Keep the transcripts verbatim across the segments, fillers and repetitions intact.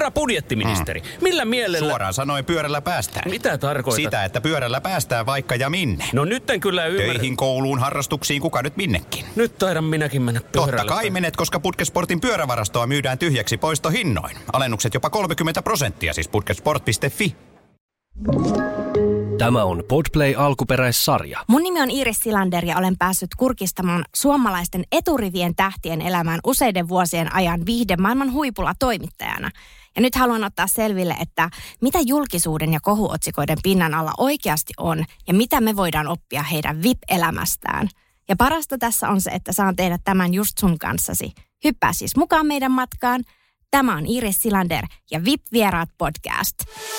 Herra budjettiministeri, mm. millä mielellä... Suoraan sanoen pyörällä päästään. Mitä tarkoitat? Sitä, että pyörällä päästään vaikka ja minne. No nyt en kyllä ymmärrä. Töihin, kouluun, harrastuksiin, kuka nyt minnekin. Nyt taidan minäkin mennä pyörällä. Totta kai menet, koska Putkesportin pyörävarastoa myydään tyhjäksi poistohinnoin. Alennukset jopa kolmekymmentä prosenttia, siis putkesport piste fi. Tämä on Podplay alkuperäissarja. Mun nimi on Iiris Silander ja olen päässyt kurkistamaan suomalaisten eturivien tähtien elämään useiden vuosien ajan viihdemaailman huipulla toimittajana. Ja nyt haluan ottaa selville, että mitä julkisuuden ja kohuotsikoiden pinnan alla oikeasti on ja mitä me voidaan oppia heidän V I P-elämästään. Ja parasta tässä on se, että saan tehdä tämän just sun kanssasi. Hyppää siis mukaan meidän matkaan. Tämä on Iiris Silander ja V I P-vieraat podcast.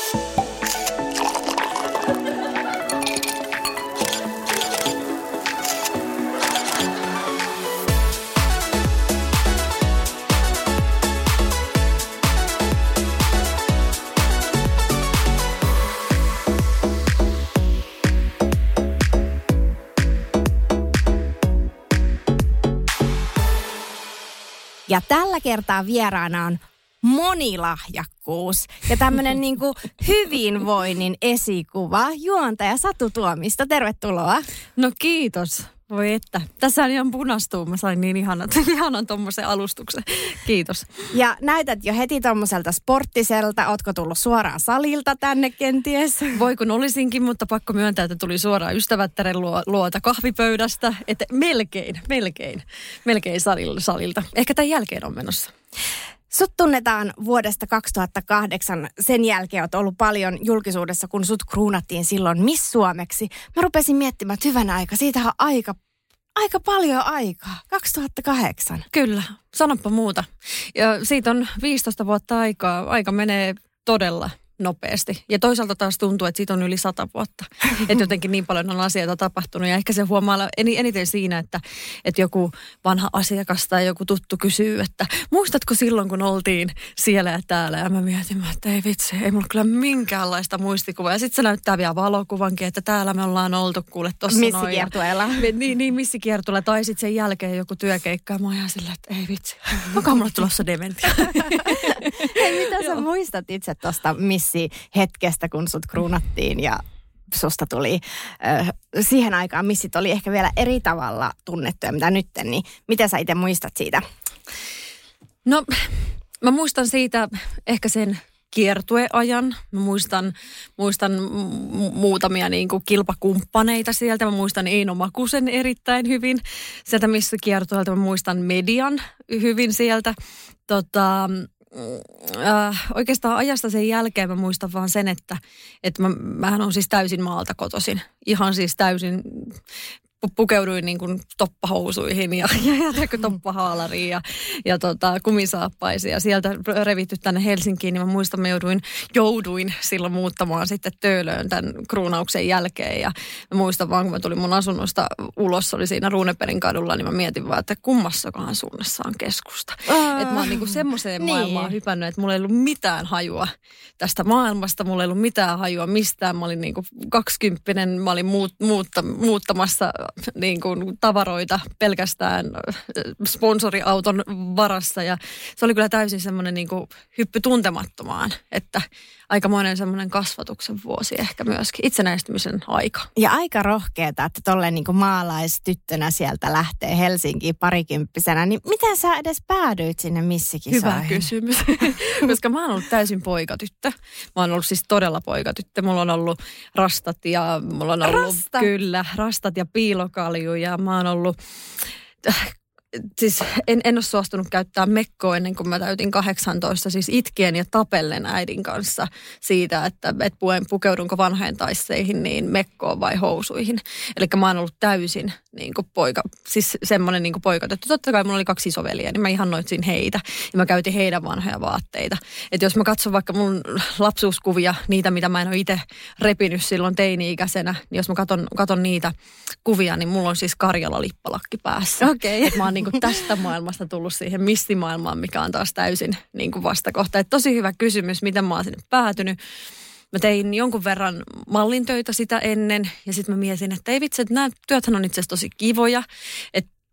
Ja tällä kertaa vieraana on monilahjakkuus ja tämmöinen niinku hyvinvoinnin esikuva, juontaja Satu Tuomisto. Tervetuloa. No kiitos. Voi että. Tässä on ihan punastuu. Mä sain niin ihanan, ihanan tommosen alustuksen. Kiitos. Ja näytät jo heti tommoselta sporttiselta. Ootko tullut suoraan salilta tänne kenties? Voi kun olisinkin, mutta pakko myöntää, että tuli suoraan ystävättären luota kahvipöydästä. Että melkein, melkein, melkein salilta. Ehkä tämän jälkeen on menossa. Sut tunnetaan vuodesta kaksituhattakahdeksan. Sen jälkeen oot ollut paljon julkisuudessa, kun sut kruunattiin silloin Miss Suomeksi. Mä rupesin miettimään, että hyvänä aika. Siitähän on aika, aika paljon aikaa. kaksituhattakahdeksan. Kyllä, sanoppa muuta. Ja siitä on viisitoista vuotta aikaa. Aika menee todella nopeasti. Ja toisaalta taas tuntuu, että siitä on yli sata vuotta. Että jotenkin niin paljon on asioita tapahtunut. Ja ehkä se huomaa eniten siinä, että, että joku vanha asiakas tai joku tuttu kysyy, että muistatko silloin, kun oltiin siellä ja täällä? Ja mä mietin, että ei vitsi, ei mulla kyllä minkäänlaista muistikuvaa. Ja sitten se näyttää vielä valokuvankin, että täällä me ollaan oltu, kuule tossa noin. Missikiertueella. Niin, niin missikiertueella. Tai sitten sen jälkeen joku työkeikka. Ja mä oon ihan silleen, että ei vitsi, onko mulla tulossa dementia? Hei, mitä sä muistat itse tuosta missi-hetkestä, kun sut kruunattiin ja susta tuli, äh, siihen aikaan missit oli ehkä vielä eri tavalla tunnettuja, mitä nytten, niin mitä sä itse muistat siitä? No, mä muistan siitä ehkä sen kiertueajan. Mä muistan, muistan mu- muutamia niin kuin kilpakumppaneita sieltä. Mä muistan Eino Makusen erittäin hyvin sieltä missikiertueelta. Mä muistan median hyvin sieltä. Tota... Äh, oikeastaan ajasta sen jälkeen mä muistan vaan sen, että, että mä, mähän on siis täysin maalta kotoisin. Ihan siis täysin pukeuduin niin kuin toppahousuihin ja, ja, ja toppahaalariin ja, ja tota, kumisaappaisiin. Ja sieltä revitty tänne Helsinkiin, niin mä muistan, mä jouduin, jouduin silloin muuttamaan sitten Töölöön tämän kruunauksen jälkeen. Ja mä muistan vaan, kun mä tulin mun asunnosta ulos, oli siinä Ruuneperin kadulla, niin mä mietin vaan, että kummassakohan suunnassa on keskusta. Uh, että mä oon niinku semmoiseen niin. maailmaan hypännyt, että mulla ei ollut mitään hajua tästä maailmasta, mulla ei ollut mitään hajua mistään. Mä olin niinku kaksikymppinen, mä olin muut, muutta, muuttamassa niin kuin tavaroita pelkästään sponsoriauton varassa ja se oli kyllä täysin semmoinen niin kuin hyppy tuntemattomaan, että aikamoinen semmoinen kasvatuksen vuosi ehkä myöskin, itsenäistymisen aika. Ja aika rohkeeta, että tolleen niin kuin maalaistyttönä sieltä lähtee Helsinkiin parikymppisenä, niin miten sä edes päädyit sinne missikisoihin? Hyvä kysymys, koska mä oon ollut täysin poikatyttö. Mä oon ollut siis todella poikatyttö. Mulla on ollut rastat ja mulla on ollut, Rasta. kyllä, rastat ja piilokalju ja mä oon ollut... Siis en, en ole suostunut käyttää mekkoa ennen kuin mä täytin kahdeksantoista, siis itkien ja tapellen äidin kanssa siitä, että et pukeudunko vanhojen taisseihin niin mekkoon vai housuihin. Eli mä oon ollut täysin niin kuin poika, siis semmoinen niin kuin poikatyttö. Totta kai mulla oli kaksi isoveliä, niin mä ihannoitsin heitä ja mä käytin heidän vanhoja vaatteita. Että jos mä katson vaikka mun lapsuuskuvia, niitä mitä mä en ole itse repinyt silloin teini-ikäisenä, niin jos mä katon, katon niitä kuvia, niin mulla on siis Karjala-lippalakki päässä. Okei. Okay. Että mä oon niin kuin tästä maailmasta tullut siihen missimaailmaan, mikä on taas täysin niin kuin vastakohta. Että tosi hyvä kysymys, miten mä oon sinne päätynyt. Mä tein jonkun verran mallintöitä sitä ennen ja sitten mä mietin, että ei vitsi, että nämä työthän on itse asiassa tosi kivoja. Että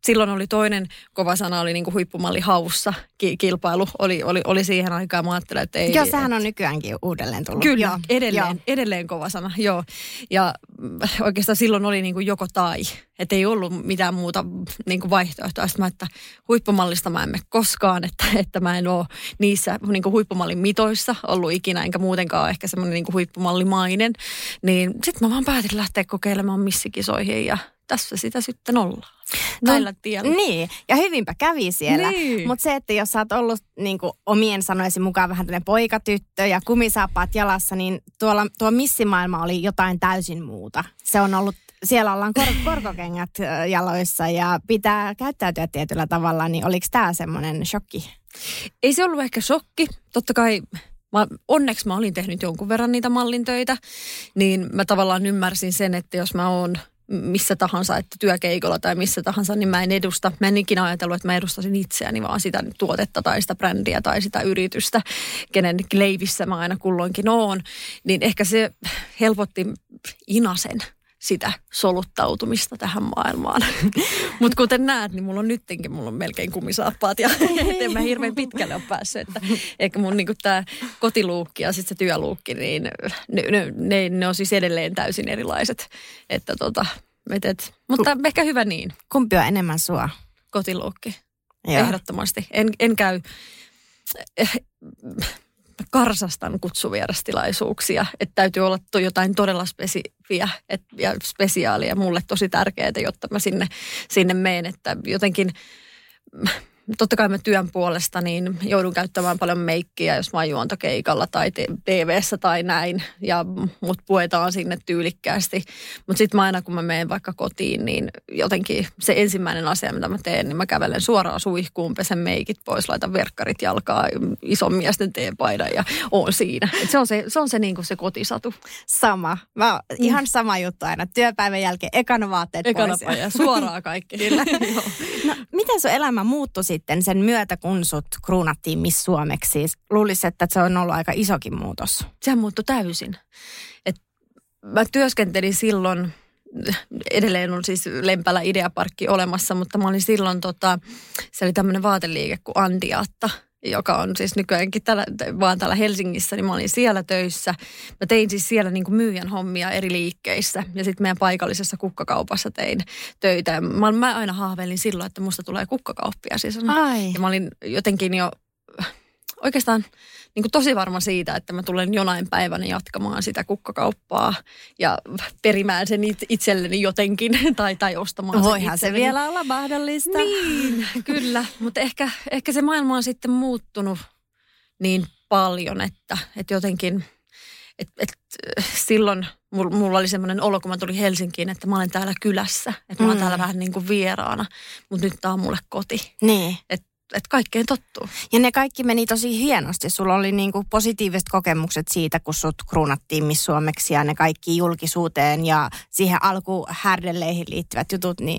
silloin oli toinen kova sana, oli niin kuin huippumalli haussa ki- kilpailu, oli, oli, oli siihen aikaan. Mä ajattelin, että ei... Joo, sehän on nykyäänkin uudelleen tullut. Kyllä, joo, edelleen, joo. edelleen kova sana, joo. Ja oikeastaan silloin oli niin kuin joko tai, että ei ollut mitään muuta niin kuin vaihtoehtoa. Sitten mä, että huippumallista mä en mene koskaan, että, että mä en ole niissä niin kuin huippumallin mitoissa ollut ikinä, enkä muutenkaan ehkä semmoinen niin kuin huippumallimainen. Niin sitten mä vaan päätin lähteä kokeilemaan missikisoihin ja tässä sitä sitten ollaan. Näillä tiellä. Niin, ja hyvinpä kävi siellä. Niin. Mutta se, että jos sä oot ollut niin kuin omien sanoisi mukaan vähän tämmöinen poikatyttö ja kumisaappaat jalassa, niin tuolla, tuo missimaailma oli jotain täysin muuta. Se on ollut, siellä ollaan kor- korkokengät jaloissa ja pitää käyttäytyä tietyllä tavalla, niin oliko tämä semmoinen shokki? Ei se ollut ehkä shokki. Totta kai mä, onneksi mä olin tehnyt jonkun verran niitä mallintöitä, niin mä tavallaan ymmärsin sen, että jos mä oon missä tahansa, että työkeikolla tai missä tahansa, niin mä en edusta. Mä en ikinä ajatellut, että mä edustasin itseäni, vaan sitä tuotetta tai sitä brändiä tai sitä yritystä, kenen leivissä mä aina kulloinkin oon. Niin ehkä se helpotti inasen sitä soluttautumista tähän maailmaan. Mutta kuten näet, niin mulla on nyttenkin, mulla on melkein kumisaappaat ja en mä hirveän pitkälle ole päässyt. Että ehkä mun niinku tää kotiluukki ja sitten se työluukki, niin ne, ne, ne, ne on siis edelleen täysin erilaiset. Että tota, et, et, mutta ehkä hyvä niin. Kumpi on enemmän sua? Kotiluukki. Joo. Ehdottomasti. En, en käy... Eh, karsastan kutsuvierastilaisuuksia, että täytyy olla to, jotain todella spesifiä et, ja spesiaalia mulle tosi tärkeää, jotta mä sinne, sinne menen, että jotenkin totta kai mä työn puolesta niin joudun käyttämään paljon meikkiä, jos mä oon juontokeikalla tai T V:ssä tai näin ja mut puetaan sinne tyylikkäästi, mutta sitten mä aina kun mä menen vaikka kotiin, niin jotenkin se ensimmäinen asia, mitä mä teen, niin mä kävelen suoraan suihkuun, pesen meikit pois, laitan verkkarit jalkaa, ison miesten teepaidan ja oon siinä. Et se on se, se, on se, niinku se kotisatu. Sama. Mä, ihan sama juttu aina. Työpäivän jälkeen ekana vaatteet Ekana pois. ja suoraan kaikki. Kyllä. No, miten sun elämä muuttui sitten sen myötä, kun sut kruunattiin Miss Suomeksi? Siis luulisin, että se on ollut aika isokin muutos. Sehän muuttui täysin. Et mä työskentelin silloin, edelleen on siis Lempälä Ideaparkki olemassa, mutta mä olin silloin, tota, se oli tämmöinen vaateliike kuin Andiatta, joka on siis nykyäänkin täällä, vaan täällä Helsingissä, niin mä olin siellä töissä. Mä tein siis siellä niin kuin myyjän hommia eri liikkeissä ja sitten meidän paikallisessa kukkakaupassa tein töitä. Mä, mä aina haaveilin silloin, että musta tulee kukkakauppia. Siis Ai. ja mä olin jotenkin jo oikeastaan niin kuin tosi varma siitä, että mä tulen jonain päivänä jatkamaan sitä kukkakauppaa ja perimään sen itselleni jotenkin tai, tai ostamaan Voihan sen se vielä olla mahdollista. Niin, kyllä. Mutta ehkä, ehkä se maailma on sitten muuttunut niin paljon, että, että jotenkin et, et, silloin mulla, mulla oli semmoinen olo, kun mä tulin Helsinkiin, että mä olen täällä kylässä. Että mä olen mm. täällä vähän niin kuin vieraana, mutta nyt tää on mulle koti. Niin. Että et kaikkeen tottuu. Ja ne kaikki meni tosi hienosti. Sulla oli niinku positiiviset kokemukset siitä, kun sut kruunattiin Miss Suomeksi ja ne kaikki julkisuuteen ja siihen alkuhärdelleihin liittyvät jutut, niin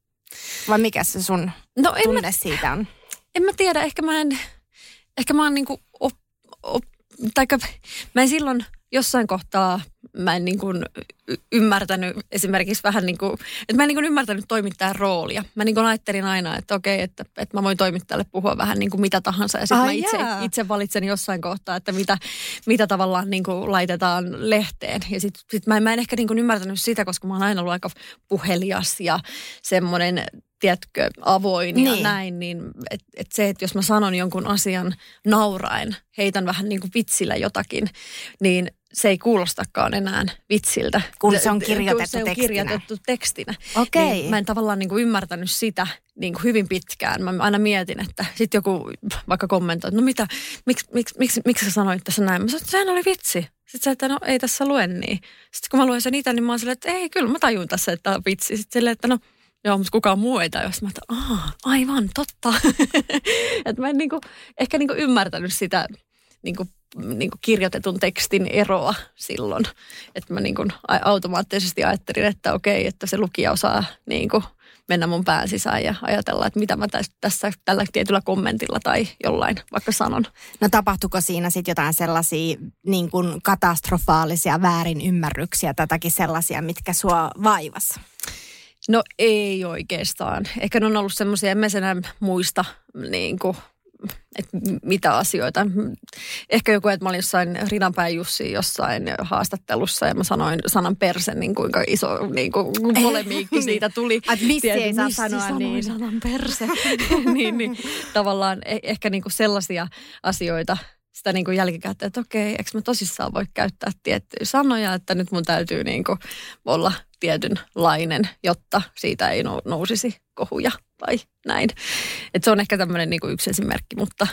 vai mikä se sun no, tunne mä, siitä on? En mä tiedä, ehkä mä en, ehkä mä oon niinku op, op, taikka mä en silloin jossain kohtaa mä en niin kuin ymmärtänyt esimerkiksi vähän niin kuin, että mä en niin kuin ymmärtänyt toimittajan roolia. Mä niin kuin ajattelin aina, että okei, että, että mä voin toimittajalle puhua vähän niin kuin mitä tahansa. Ja sitten mä itse, itse valitsen jossain kohtaa, että mitä, mitä tavallaan niin kuin laitetaan lehteen. Ja sitten sit mä, mä en ehkä niin kuin ymmärtänyt sitä, koska mä oon aina ollut aika puhelias ja semmoinen, tiedätkö, avoin ja niin. näin. Niin, että et se, että jos mä sanon jonkun asian nauraen, heitän vähän niin kuin vitsillä jotakin, niin se ei kuulostakaan enää vitsiltä. Kun se on kirjoitettu se on tekstinä. kirjoitettu tekstinä. Okei. Niin mä en tavallaan niin kuin ymmärtänyt sitä niin kuin hyvin pitkään. Mä aina mietin, että sitten joku vaikka kommentoi, että no mitä, miksi, miksi, miksi, miksi sä sanoit tässä näin? Mä sanoin, että sehän oli vitsi. Sitten sä, että no ei tässä lue niin. Sitten kun mä luen sen itse, niin mä oon silleen, että ei, kyllä mä tajun tässä, että on vitsi. Sitten silleen, että no joo, mutta kukaan muu ei tajua. Sitten mä että aah, aivan, totta. Että mä en niin kuin, ehkä niin kuin ymmärtänyt sitä niin kuin niin kuin kirjoitetun tekstin eroa silloin. Että mä niin kuin automaattisesti ajattelin, että okei, että se lukija osaa niin kuin mennä mun pään sisään ja ajatella, että mitä mä tässä tällä tietyllä kommentilla tai jollain vaikka sanon. No tapahtuiko siinä sitten jotain sellaisia niin kuin katastrofaalisia väärinymmärryksiä, tätäkin sellaisia, mitkä sua vaivas? No ei oikeastaan. Ehkä ne on ollut semmoisia, en mä sen enää muista niin kuin, että mitä asioita. Ehkä joku, että mä olin jossain Rinanpäin Jussi jossain haastattelussa ja mä sanoin sanan perse, niin kuinka iso niin kuin polemiikki siitä tuli. Että missi Tiedät, ei saa missi sanoa sanoi niin. sanan perse. niin, niin, tavallaan eh- ehkä niin kuin sellaisia asioita, sitä niin kuin jälkikäteen, että okei, eikö mä tosissaan voi käyttää tiettyjä sanoja, että nyt mun täytyy niin kuin olla tietynlainen, jotta siitä ei nousisi kohuja tai näin. Että se on ehkä tämmöinen niin kuin yksi esimerkki, mutta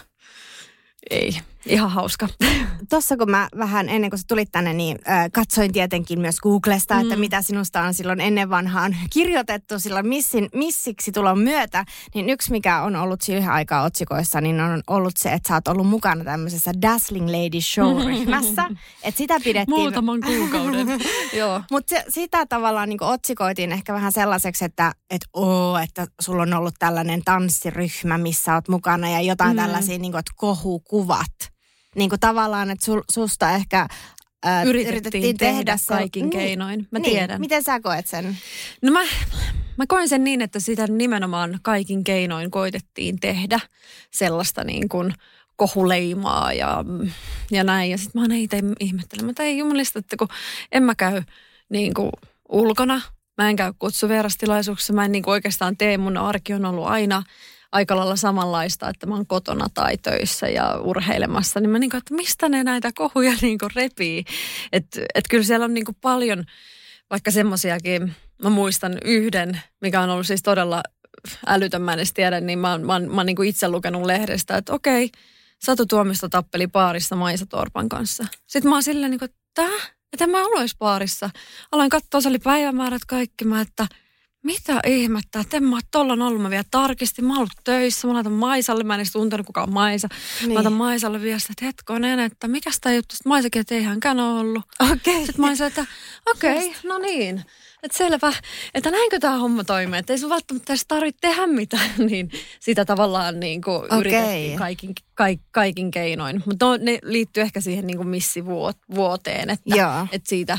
ei, ihan hauska. Tuossa kun mä vähän ennen kuin sä tulit tänne, niin äh, katsoin tietenkin myös Googlesta, mm. että mitä sinusta on silloin ennen vanhaan kirjoitettu silloin missin, missiksi tulon myötä. Niin yksi, mikä on ollut siihen aikaan otsikoissa, niin on ollut se, että sä oot ollut mukana tämmöisessä Dazzling Lady Show-ryhmässä. Että sitä pidettiin... Muutaman kuukauden, joo. Mutta sitä tavallaan niin kuin otsikoitiin ehkä vähän sellaiseksi, että et, oo, että sulla on ollut tällainen tanssiryhmä, missä oot mukana ja jotain mm. tällaisia niin kuin, että kohukuvat. Niin kuin tavallaan, että sul, susta ehkä ää, yritettiin, yritettiin tehdä, tehdä kaikin niin, keinoin. Mä niin. tiedän. Miten sä koet sen? No mä, mä koen sen niin, että sitä nimenomaan kaikin keinoin koitettiin tehdä sellaista niin kuin kohuleimaa ja, ja näin. Ja sitten mä oon itse ihmettelen, että ei jumalista, että kun en mä käy niin kuin ulkona, mä en käy kutsuvierastilaisuuksissa, mä en niin kuin oikeastaan tee, mun arki on ollut aina aika lailla samanlaista, että mä oon kotona tai töissä ja urheilemassa, niin mä niin kuin, että mistä ne näitä kohuja niin kuin repii. Että et kyllä siellä on niin kuin paljon, vaikka semmoisiakin, mä muistan yhden, mikä on ollut siis todella älytön, mä en edes tiedä, niin mä oon, mä oon, mä oon niin kuin itse lukenut lehdestä, että okei, Satu Tuomisto tappeli paarissa Maisa Torpan kanssa. Sitten mä oon silleen niin kuin, että että mä alois paarissa. Aloin katsoa, se oli päivämäärät kaikki, mä että mitä ihmettä, että en mä oon tollan ollut, mä vielä tarkistin, mä oon ollut töissä, mä laitan Maisalle, mä en edes tuntenut kuka on Maisa. Niin. Mä laitan Maisalle viestiä, että hetkonen, että mikäs tää juttu, sitten Maisakin, että ei hänkään ole ollut. Okei. Okay. Sitten Maisa, että okei, okay, no niin, että selvä, että näinkö tää homma toimii, että ei sun välttämättä edes tarvitse tehdä mitään, niin sitä tavallaan niin kuin okay. yritettiin kaikin, kaik, kaikin keinoin. Mutta no, ne liittyy ehkä siihen niin kuin missivuoteen, että, että siitä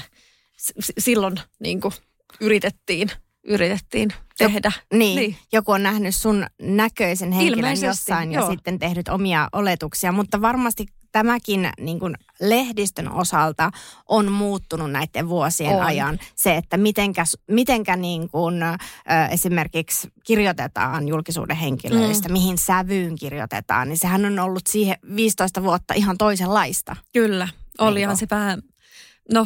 s- silloin niin kuin yritettiin. Yritettiin tehdä. Jok, niin, niin, joku on nähnyt sun näköisen henkilön ilmeisesti jossain joo. ja sitten tehnyt omia oletuksia, mutta varmasti tämäkin niin kuin lehdistön osalta on muuttunut näiden vuosien on. ajan. Se, että mitenkä, mitenkä niin kuin, ö, esimerkiksi kirjoitetaan julkisuuden henkilöistä, mm. mihin sävyyn kirjoitetaan, niin sehän on ollut siihen viisitoista vuotta ihan toisenlaista. Kyllä, olihan se vähän, no...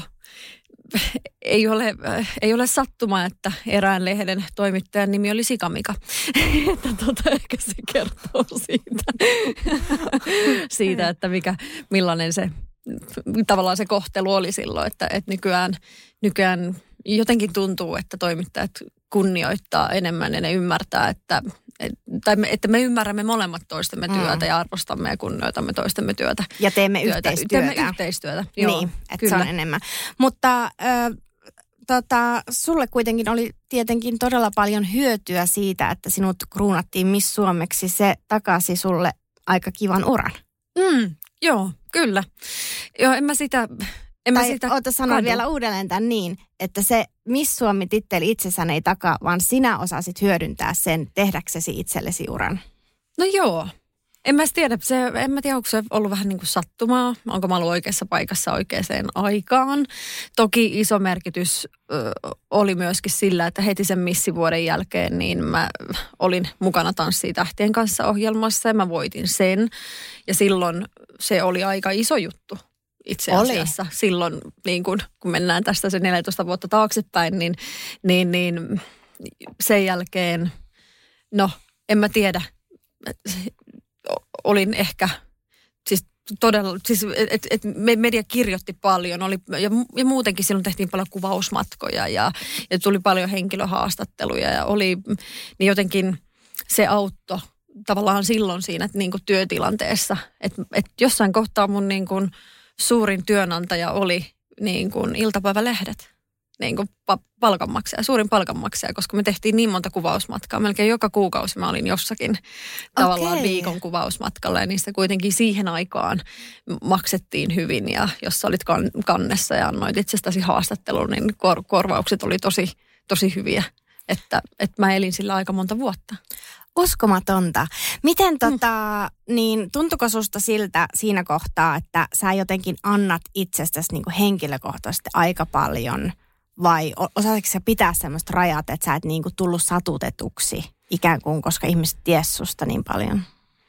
Ei ole, ei ole sattuma, että erään lehden toimittajan nimi oli Sikamika. Että tota, ehkä se kertoo siitä, siitä, että mikä, millainen se tavallaan se kohtelu oli silloin. Että, että nykyään, nykyään jotenkin tuntuu, että toimittajat kunnioittaa enemmän ja ne ymmärtää, että, tai me, että me ymmärrämme molemmat toistemme työtä mm. ja arvostamme ja kunnioitamme toistemme työtä. Ja teemme työtä. yhteistyötä. Teemme yhteistyötä, joo. Niin, että se on enemmän. Mutta ö, tota, sulle kuitenkin oli tietenkin todella paljon hyötyä siitä, että sinut kruunattiin Miss Suomeksi. Se takasi sulle aika kivan uran. Mm, joo, kyllä. Joo, en mä sitä... En tai sitä oota sanoa vielä uudelleen tämän niin, että se Miss Suomi-titteli itsessään ei takaa, vaan sinä osasit hyödyntää sen tehdäksesi itsellesi uran. No joo. En mä tiedä, se, en mä tiedä, onko se ollut vähän niin kuin sattumaa, onko mä ollut oikeassa paikassa oikeaan aikaan. Toki iso merkitys ö, oli myöskin sillä, että heti sen missivuoden jälkeen niin mä olin mukana Tanssii tähtien kanssa ohjelmassa ja mä voitin sen. Ja silloin se oli aika iso juttu. Itse asiassa oli. Silloin, niin kun, kun mennään tästä se neljätoista vuotta taaksepäin, niin, niin, niin sen jälkeen, no en mä tiedä, olin ehkä, siis todella, siis et, et media kirjoitti paljon oli, ja, ja muutenkin silloin tehtiin paljon kuvausmatkoja ja, ja tuli paljon henkilöhaastatteluja ja oli, niin jotenkin se auttoi tavallaan silloin siinä niin kuin työtilanteessa, että et jossain kohtaa mun niin kuin suurin työnantaja oli niin kuin iltapäivälehdet, niin kuin palkanmaksaja, suurin palkanmaksaja, koska me tehtiin niin monta kuvausmatkaa. Melkein joka kuukausi mä olin jossakin tavallaan okay. viikon kuvausmatkalla ja niistä kuitenkin siihen aikaan maksettiin hyvin. Ja jos sä olit kannessa ja annoit itsestäsi haastattelun, niin kor- korvaukset oli tosi, tosi hyviä. että, että mä elin sillä aika monta vuotta. Uskomatonta. Miten tota, niin tuntuko susta siltä siinä kohtaa, että sä jotenkin annat itsestäsi niin kuin henkilökohtaisesti aika paljon, vai osaatko sä pitää semmoista rajat, että sä et niin kuin tullut satutetuksi ikään kuin, koska ihmiset ties susta niin paljon?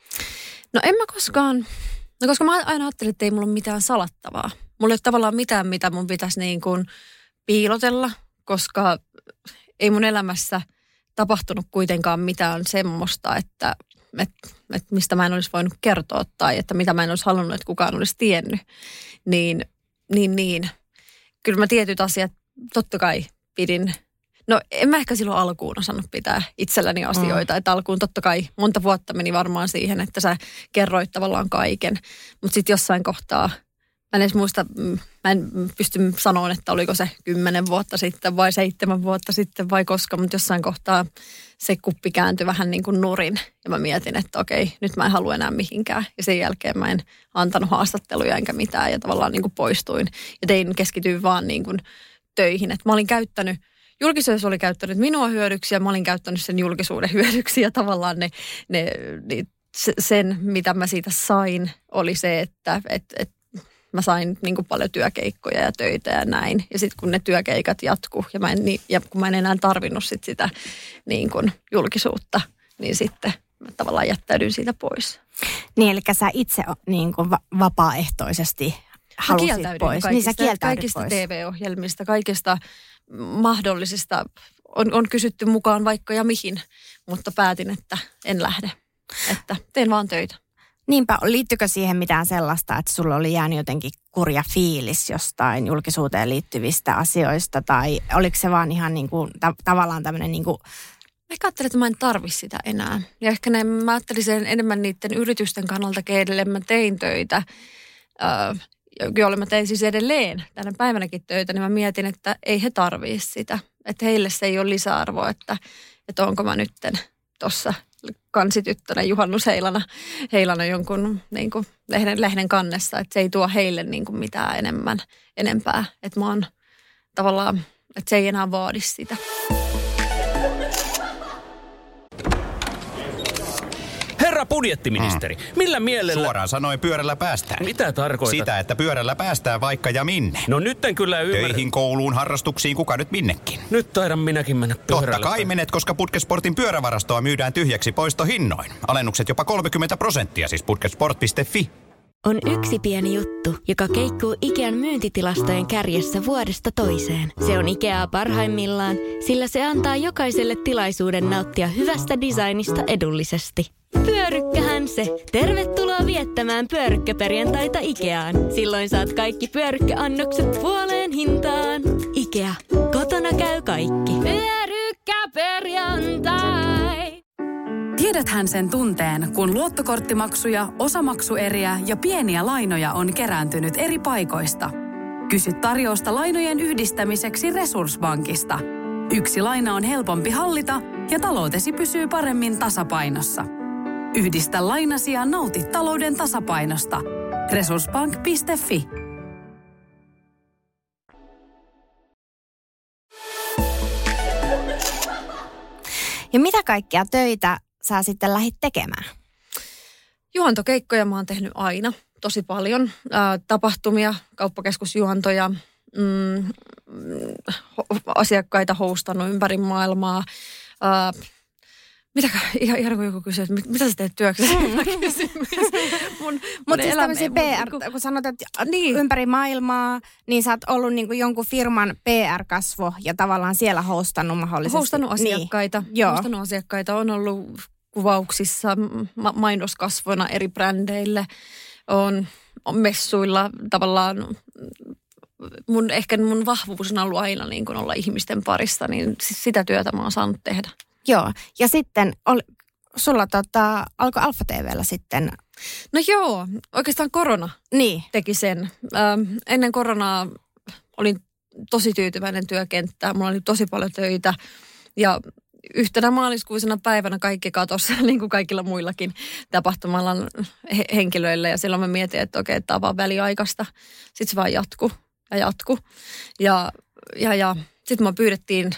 No en mä koskaan, no koska mä aina ajattelin, että ei mulla ole mitään salattavaa. Mulla ei ole tavallaan mitään, mitä mun pitäisi niin kuin piilotella, koska ei mun elämässä tapahtunut kuitenkaan mitään semmoista, että, että, että mistä mä en olisi voinut kertoa tai että mitä mä en olisi halunnut, että kukaan olisi tiennyt. Niin, niin, niin. Kyllä mä tietyt asiat totta kai pidin. No en mä ehkä silloin alkuun osannut pitää itselläni asioita. Mm. Että alkuun totta kai monta vuotta meni varmaan siihen, että sä kerroit tavallaan kaiken. Mutta sitten jossain kohtaa, mä en edes muista, mä en pysty sanomaan, että oliko se kymmenen vuotta sitten vai seitsemän vuotta sitten vai koska. Mutta jossain kohtaa se kuppi kääntyi vähän niin kuin nurin. Ja mä mietin, että okei, nyt mä en halua enää mihinkään. Ja sen jälkeen mä en antanut haastatteluja enkä mitään ja tavallaan niin kuin poistuin. Ja tein keskityin vaan niin kuin töihin. Että mä olin käyttänyt, julkisuus oli käyttänyt minua hyödyksi ja mä olin käyttänyt sen julkisuuden hyödyksi. Ja tavallaan ne, ne, ne, sen, mitä mä siitä sain, oli se, että et, et mä sain niin kuin paljon työkeikkoja ja töitä ja näin. Ja sitten kun ne työkeikat jatkuu ja, mä en, ja kun mä en enää tarvinnut sit sitä niin kuin julkisuutta, niin sitten mä tavallaan jättäydyin siitä pois. Niin, eli sä itse niin kuin va- vapaaehtoisesti halusit pois. Kaikista, niin sä kieltäydyt kaikista pois. T V-ohjelmista, kaikista mahdollisista. On, on kysytty mukaan vaikka ja mihin, mutta päätin, että en lähde. Että teen vaan töitä. Niinpä, liittyykö siihen mitään sellaista, että sulla oli jäänyt jotenkin kurja fiilis jostain julkisuuteen liittyvistä asioista, tai oliko se vaan ihan niin kuin, ta- tavallaan tämmöinen niin kuin... Ehkä ajattelin, että mä en tarvi sitä enää. Ja ehkä ne, mä ajattelin sen enemmän niiden yritysten kannalta, keille mä tein töitä, öö, joille mä tein siis edelleen tänä päivänäkin töitä, niin mä mietin, että ei he tarvii sitä. Että heille se ei ole lisäarvoa, että, että onko mä nytten tuossa kansityttönä juhannusheilana heilana jonkun niin kuin lehden, lehden kannessa, että se ei tuo heille niin kuin mitään enemmän, enempää. Että mä oon tavallaan, että se ei enää vaadi sitä. Herra budjettiministeri, mm. millä mielellä... Suoraan sanoen pyörällä päästään. Mitä tarkoitat? Sitä, että pyörällä päästään vaikka ja minne. No nyt en kyllä ymmärrä. Töihin, kouluun, harrastuksiin, kuka nyt minnekin. Nyt taidan minäkin mennä pyörällä. Totta kai menet, koska Putkesportin pyörävarastoa myydään tyhjäksi poistohinnoin. Alennukset jopa kolmekymmentä prosenttia, siis putkesport piste fi. On yksi pieni juttu, joka keikkuu Ikean myyntitilastojen kärjessä vuodesta toiseen. Se on Ikeaa parhaimmillaan, sillä se antaa jokaiselle tilaisuuden nauttia hyvästä designista edullisesti. Pyörykkähän se! Tervetuloa viettämään pyörykkäperjantaita Ikeaan. Silloin saat kaikki pyörykkäannokset puoleen hintaan. Ikea. Kotona käy kaikki. Pyörykkäperjantai! Tiedäthän sen tunteen, kun luottokorttimaksuja, osamaksueriä ja pieniä lainoja on kerääntynyt eri paikoista. Kysy tarjousta lainojen yhdistämiseksi Resurssbankista. Yksi laina on helpompi hallita ja taloutesi pysyy paremmin tasapainossa. Yhdistä lainasi ja nauti talouden tasapainosta. Resurssbank piste fi. Ja mitä kaikkia töitä sä sitten lähdit tekemään? Juontokeikkoja mä oon tehnyt aina tosi paljon. Ää, tapahtumia, kauppakeskusjuontoja, mm, ho- asiakkaita hostannut ympäri maailmaa. Ää, mitä, ihan, ihan kun joku kysyy, että mit, mitä sä teet työksesi? Mm. Mutta siis tämmöisiä P R, kun sanot, että niin. ympäri maailmaa, niin sä oot ollut niinku jonkun firman P R-kasvo ja tavallaan siellä hostannut mahdollisesti. Hostannut asiakkaita. Niin. Hostannut asiakkaita. On ollut kuvauksissa, ma- mainoskasvoina eri brändeille. On, on messuilla tavallaan. Mun, ehkä mun vahvuus on ollut aina niin kuin olla ihmisten parissa, niin sitä työtä mä oon saanut tehdä. Joo, ja sitten ol, sulla tota, alkoi Alfa T V:llä sitten. No joo, oikeastaan korona niin. teki sen. Ähm, ennen koronaa olin tosi tyytyväinen työkenttään, mulla oli tosi paljon töitä ja yhtenä maaliskuisena päivänä kaikki katosi, niin kuin kaikilla muillakin tapahtumalla he- henkilöillä ja silloin mä mietin, että okei, tämä on vaan väliaikaista. Sitten se vaan jatkuu ja jatkuu ja, ja, ja sitten mä pyydettiin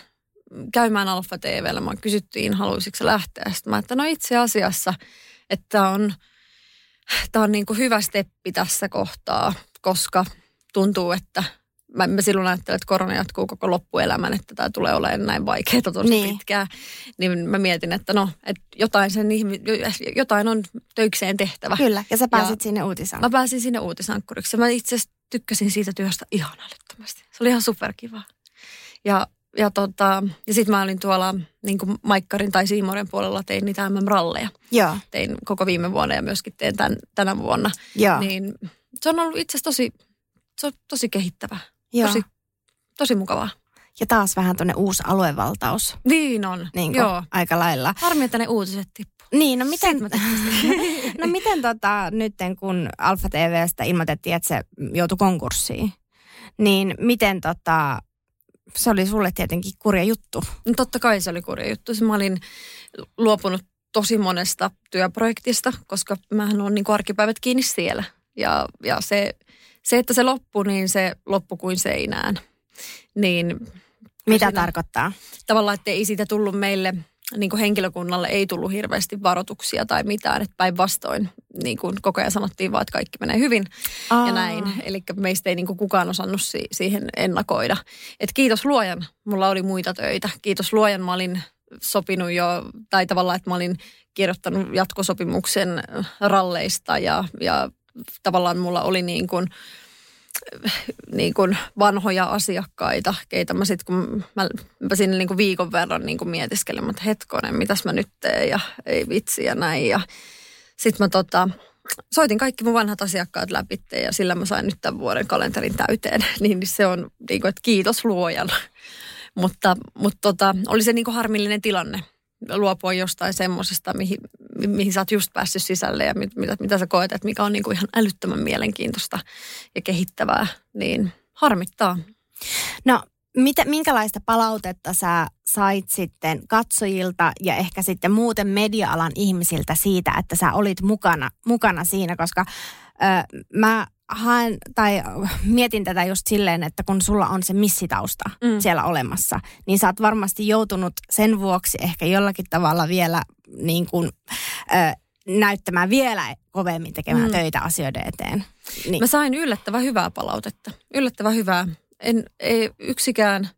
käymään Alfa T V:llä. Mä kysyttiin, haluaisitko lähteä. Sitten mä, että no itse asiassa, että on, tää on niin kuin hyvä steppi tässä kohtaa, koska tuntuu, että Mä, mä silloin ajattelin, että korona jatkuu koko loppuelämän, että tämä tulee olemaan näin vaikeaa tosi niin. pitkään. Niin mä mietin, että no, että jotain, sen ihmi, jotain on töikseen tehtävä. Kyllä, ja sä pääsit ja sinne uutisankkuriksi. Mä pääsin sinne uutisankkuriksi. Mä itse asiassa tykkäsin siitä työstä ihan älyttömästi. Se oli ihan superkiva. Ja, ja, tota, ja sitten mä olin tuolla niin kuin Maikkarin tai Siimoren puolella, tein niitä M M-ralleja. Joo. Tein koko viime vuonna ja myöskin teen tämän, tänä vuonna. Joo. Niin se on ollut itse asiassa tosi, se on tosi kehittävää. Tosi, tosi mukavaa. Ja taas vähän tuonne uusi aluevaltaus. Niin on, niin kuin, joo. Aika lailla. Harmi, että ne uutiset tippuu. Niin, no miten, no miten tota, nyt kun Alfa T V:stä ilmoitettiin, että se joutui konkurssiin, niin miten tota, se oli sulle tietenkin kurja juttu? No totta kai se oli kurja juttu. Mä olin luopunut tosi monesta työprojektista, koska mähän on niin kuin arkipäivät kiinni siellä. Ja, ja se... Se, että se loppui, niin se loppui kuin seinään. Niin, mitä siinä tarkoittaa? Tavallaan, että ei siitä tullut meille, niin kuin henkilökunnalle ei tullut hirveästi varoituksia tai mitään. Että päinvastoin, niin kuin koko ajan sanottiin vaan, että kaikki menee hyvin Aa. ja näin. Eli meistä ei niin kuin kukaan osannut si- siihen ennakoida. Että kiitos luojan, mulla oli muita töitä. Kiitos luojan, mä olin sopinut jo, tai tavallaan, että mä olin kirjoittanut jatkosopimuksen ralleista ja, ja tavallaan mulla oli niin kuin, niin kuin vanhoja asiakkaita, keitä mä sitten, kun mä, mä sinne niin kuin viikon verran niin kuin mietiskelin, että hetkonen, mitäs mä nyt teen ja ei vitsi ja näin. Ja sitten mä tota, soitin kaikki mun vanhat asiakkaat läpi ja sillä mä sain nyt tämän vuoden kalenterin täyteen. Niin se on niin kuin, että kiitos luojan. Mutta, mutta tota, oli se niin kuin harmillinen tilanne luopua jostain semmoisesta, mihin, mihin sä oot just päässyt sisälle ja mit, mitä, mitä sä koet, että mikä on niin kuin ihan älyttömän mielenkiintoista ja kehittävää, niin harmittaa. No, mitä, minkälaista palautetta sä sait sitten katsojilta ja ehkä sitten muuten media-alan ihmisiltä siitä, että sä olit mukana, mukana siinä, koska ö, mä haen, tai mietin tätä just silleen, että kun sulla on se missitausta mm. siellä olemassa, niin sä oot varmasti joutunut sen vuoksi ehkä jollakin tavalla vielä niin kuin, ö, näyttämään vielä kovemmin tekemään mm. töitä asioiden eteen. Niin. Mä sain yllättävän hyvää palautetta. Yllättävän hyvää. En, ei yksikään,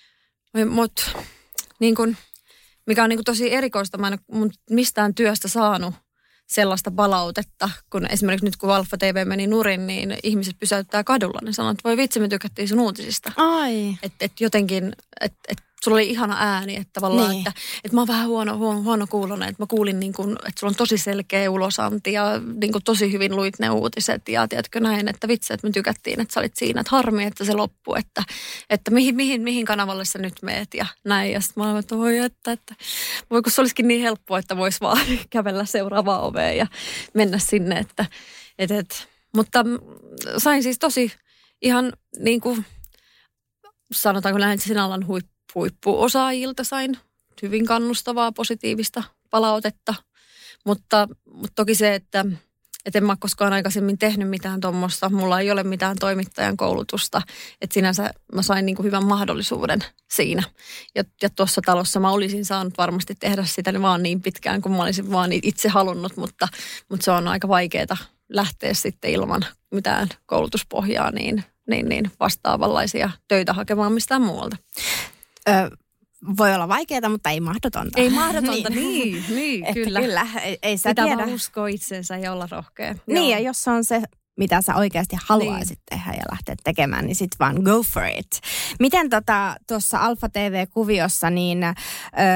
mut, niin kun, mikä on niin kun tosi erikoista, mä en ole mistään työstä saanut sellaista palautetta, kun esimerkiksi nyt kun Alfa T V meni nurin, niin ihmiset pysäyttää kadulla. Ne sanoo, että voi vitsi, me tykättiin sun uutisista. Ai. Että et jotenkin, että et, sulla oli ihana ääni, että tavallaan, niin. että et mä oon vähän huono, huono, huono kuulonen, että mä kuulin niin kuin, että sulla on tosi selkeä ulosanti ja niin kuin tosi hyvin luit ne uutiset ja tiedätkö näin, että vitsi, että me tykättiin, että sä olit siinä, että harmi, että se loppui, että, että mihin, mihin, mihin kanavalle sä nyt meet ja näin. Ja sitten mä olin, että voi, että, että voi kun se olisikin niin helppoa, että vois vaan kävellä seuraavaan oveen ja mennä sinne, että, että, että mutta sain siis tosi ihan niin kuin sanotaanko lähensin alan huippu. Huippuosaajilta sain hyvin kannustavaa, positiivista palautetta, mutta, mutta toki se, että, että en mä koskaan aikaisemmin tehnyt mitään tuommoista, mulla ei ole mitään toimittajan koulutusta, että sinänsä mä sain niin kuin hyvän mahdollisuuden siinä. Ja, ja tuossa talossa mä olisin saanut varmasti tehdä sitä vaan niin pitkään, kun mä olisin vaan itse halunnut, mutta, mutta se on aika vaikeaa lähteä sitten ilman mitään koulutuspohjaa niin, niin, niin vastaavanlaisia töitä hakemaan mistään muualta. Ö, voi olla vaikeaa, mutta ei mahdotonta. Ei mahdotonta, niin, niin, niin kyllä. Kyllä, ei, ei sä Pitää tiedä. vaan uskoa itseensä ja olla rohkea. Niin, Joo. ja jos se on se, mitä sä oikeasti haluaisit niin. tehdä ja lähteä tekemään, niin sit vaan go for it. Miten tota, tuossa Alfa T V-kuviossa, niin ö,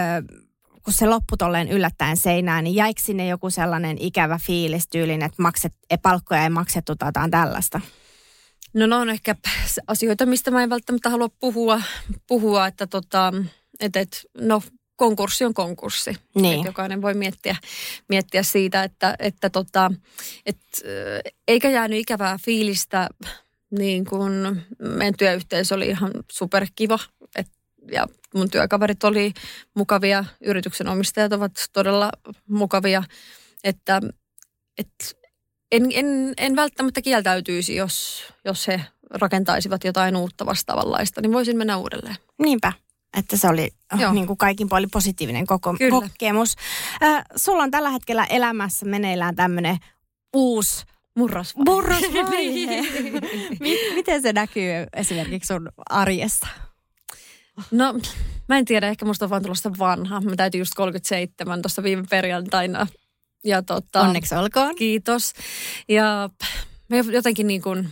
kun se loppui tolleen yllättäen seinään, niin jäikö sinne joku sellainen ikävä fiilis tyylin, että makset, palkkoja ei maksettu tai jotain tällaista? No ne on ehkä asioita, mistä mä en välttämättä halua puhua, puhua että tota, et, et, no konkurssi on konkurssi. Niin. Et jokainen voi miettiä, miettiä siitä, että, että tota, et, eikä jäänyt ikävää fiilistä, niin kun meidän työyhteisö oli ihan superkiva, et, ja mun työkaverit oli mukavia, yrityksen omistajat ovat todella mukavia, että et, En, en, en välttämättä kieltäytyisi, jos, jos he rakentaisivat jotain uutta vastaavanlaista, niin voisin mennä uudelleen. Niinpä. että se oli niin kuin kaikin puolin positiivinen koko, kokemus. Äh, sulla on tällä hetkellä elämässä meneillään tämmöinen uusi murrosvaihe. Murrosvaihe. Miten se näkyy esimerkiksi sun arjessa? No, mä en tiedä, ehkä musta on vaan tullut sitä vanha. Mä täytin just kolmekymmentäseitsemän tuossa viime perjantaina. Ja tota, onneksi olkoon. Kiitos. Ja mä jotenkin niin kuin,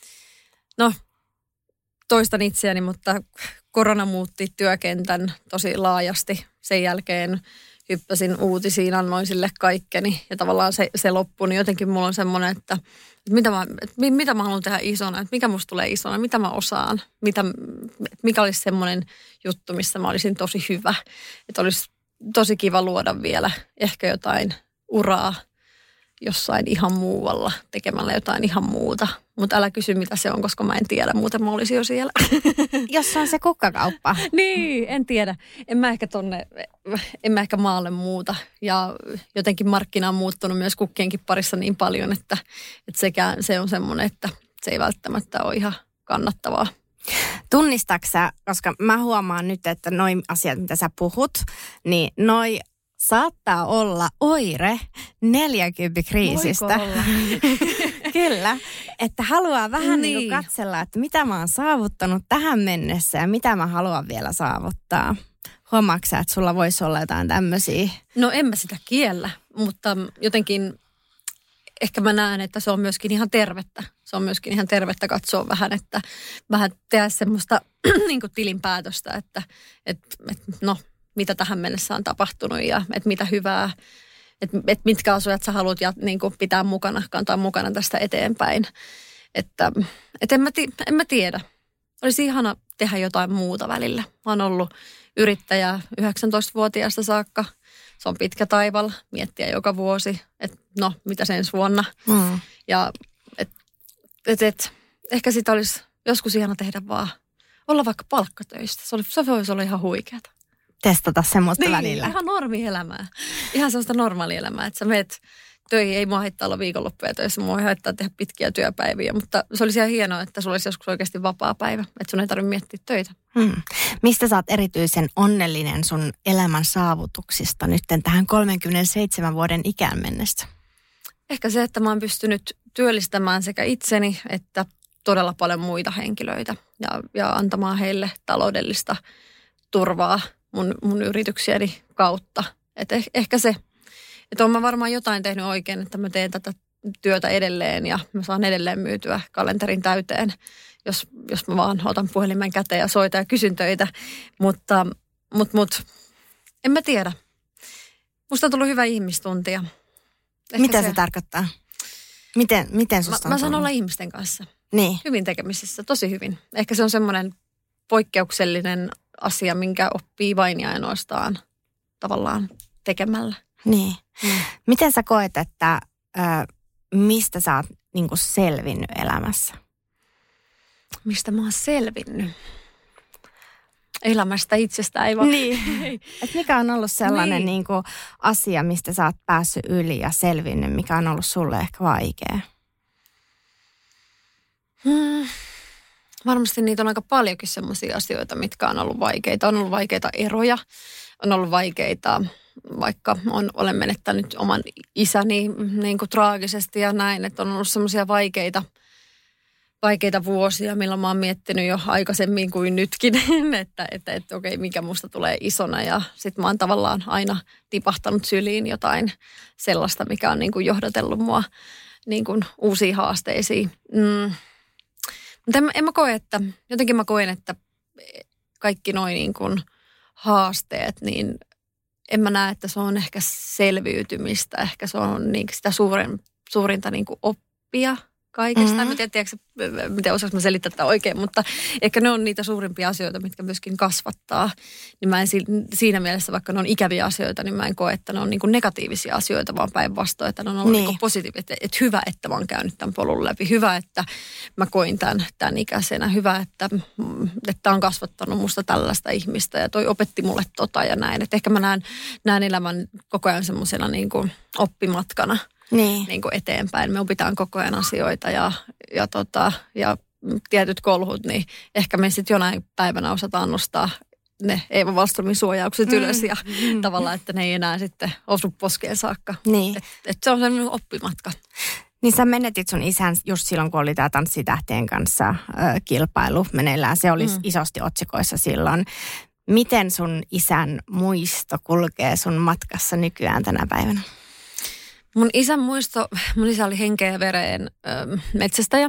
no toistan itseäni, mutta korona muutti työkentän tosi laajasti. Sen jälkeen hyppäsin uutisiin, annoin sille kaikkeni ja tavallaan se, se loppui, niin jotenkin mulla on semmoinen, että, että, mitä, mä, että mitä mä haluan tehdä isona, että mikä musta tulee isona, mitä mä osaan, mitä, mikä olisi semmoinen juttu, missä mä olisin tosi hyvä. Että olisi tosi kiva luoda vielä ehkä jotain uraa jossain ihan muualla, tekemällä jotain ihan muuta. Mutta älä kysy, mitä se on, koska mä en tiedä, muuten mä olisin jo siellä. Jos on se kukkakauppa. Niin, en tiedä. En mä ehkä tonne, en mä ehkä maalle muuta. Ja jotenkin markkina on muuttunut myös kukkienkin parissa niin paljon, että, että sekään, se on semmoinen, että se ei välttämättä ole ihan kannattavaa. Tunnistaksä, koska mä huomaan nyt, että noi asiat, mitä sä puhut, niin noi saattaa olla oire neljäkymmentä-kriisistä. Voiko olla? Kyllä, että haluaa vähän niin. niin katsella, että mitä mä oon saavuttanut tähän mennessä ja mitä mä haluan vielä saavuttaa. Huomaatko sä, että sulla voisi olla jotain tämmöisiä? No en mä sitä kiellä, mutta jotenkin ehkä mä näen, että se on myöskin ihan tervettä. Se on myöskin ihan tervettä katsoa vähän, että vähän tehdä semmoista niin kuin tilinpäätöstä, että et, et, no mitä tähän mennessä on tapahtunut ja että mitä hyvää, että et mitkä asiat sä haluat ja, niin kuin pitää mukana, kantaa mukana tästä eteenpäin. Että et en, mä ti, en mä tiedä. Olisi ihana tehdä jotain muuta välillä. Mä oon ollut yrittäjä yhdeksäntoistavuotiaasta saakka. Se on pitkä taival, miettiä joka vuosi, että no, mitä sen ensi vuonna. Mm. Ja et, et, et, ehkä sitä olisi joskus ihana tehdä vaan, olla vaikka palkkatöistä. Se, oli, se voisi olla ihan huikeata. Testata semmoista niin, välillä. Ihan normielämää. Ihan semmoista normaalielämää, että sä meet töihin. Ei mua haittaa olla viikonloppuja töissä, mua haittaa tehdä pitkiä työpäiviä, mutta se olisi ihan hienoa, että sulla olisi joskus oikeasti vapaa päivä, että sun ei tarvitse miettiä töitä. Hmm. Mistä sä oot erityisen onnellinen sun elämän saavutuksista nyt tähän kolmekymmentäseitsemän vuoden ikään mennessä? Ehkä se, että mä oon pystynyt työllistämään sekä itseni että todella paljon muita henkilöitä ja, ja antamaan heille taloudellista turvaa mun, mun yrityksieni kautta. Et eh, ehkä se, että oon mä varmaan jotain tehnyt oikein, että mä teen tätä työtä edelleen ja mä saan edelleen myytyä kalenterin täyteen, jos, jos mä vaan otan puhelimen käteen ja soitan ja kysyn töitä. Mutta mut, mut, en mä tiedä. Musta on tullut hyvä ihmistuntia. Ehkä mitä se, se tarkoittaa? Miten, miten susta mä, on mä saan olla ihmisten kanssa. Niin. Hyvin tekemisissä, tosi hyvin. Ehkä se on semmoinen poikkeuksellinen asia, minkä oppii vain ja ainoastaan tavallaan tekemällä. Niin. Mm. Miten sä koet, että ö, mistä sä oot niin kuin selvinnyt elämässä? Mistä mä oon selvinnyt? Elämästä itsestä ei vaan. Niin. Et mikä on ollut sellainen niin. Niin kuin asia, mistä sä oot päässyt yli ja selvinnyt, mikä on ollut sulle ehkä vaikea? Hmm. Varmasti niitä on aika paljonkin sellaisia asioita, mitkä on ollut vaikeita. On ollut vaikeita eroja, on ollut vaikeita, vaikka on, olen menettänyt oman isäni niin kuin traagisesti ja näin, että on ollut sellaisia vaikeita, vaikeita vuosia, milloin mä oon miettinyt jo aikaisemmin kuin nytkin, että, että, että okei, mikä musta tulee isona. Ja sit mä oon tavallaan aina tipahtanut syliin jotain sellaista, mikä on niin kuin johdatellut mua niin kuin uusiin haasteisiin. Mm. Mutta en, en mä koe, että, jotenkin mä koen, että kaikki noi niin kuin haasteet, niin en mä näe, että se on ehkä selviytymistä. Ehkä se on niin sitä suurin, suurinta niin kuin oppia kaikesta. Mm-hmm. Mä tiedän, tiedätkö, miten osaanko mä selittää tätä oikein, mutta ehkä ne on niitä suurimpia asioita, mitkä myöskin kasvattaa. Niin mä en siinä mielessä, vaikka ne on ikäviä asioita, niin mä en koe, että ne on niin kuin negatiivisia asioita, vaan päinvastoin, että ne on ollut niin. Niin positiivisia. Että, että hyvä, että mä oon käynyt tämän polun läpi. Hyvä, että mä koin tämän, tämän ikäisenä. Hyvä, että, että on kasvattanut musta tällaista ihmistä ja toi opetti mulle tota ja näin. Että ehkä mä näen, näen elämän koko ajan semmoisena niin kuin oppimatkana. Niin. Niin kuin eteenpäin. Me opitaan koko ajan asioita ja, ja, tota, ja tietyt kolhut, niin ehkä me sitten jonain päivänä osataan nostaa ne Eeva Wallströmin suojaukset mm. ylös ja mm. tavallaan, että ne ei enää sitten osu poskeen saakka. Niin. Että et se on sellainen oppimatka. Niin sä menetit sun isän just silloin, kun oli tämä Tanssitähtien kanssa ö, kilpailu meneillään. Se oli mm. isosti otsikoissa silloin. Miten sun isän muisto kulkee sun matkassa nykyään tänä päivänä? Mun isän muisto, mun isä oli henkeä ja vereen ö, metsästäjä.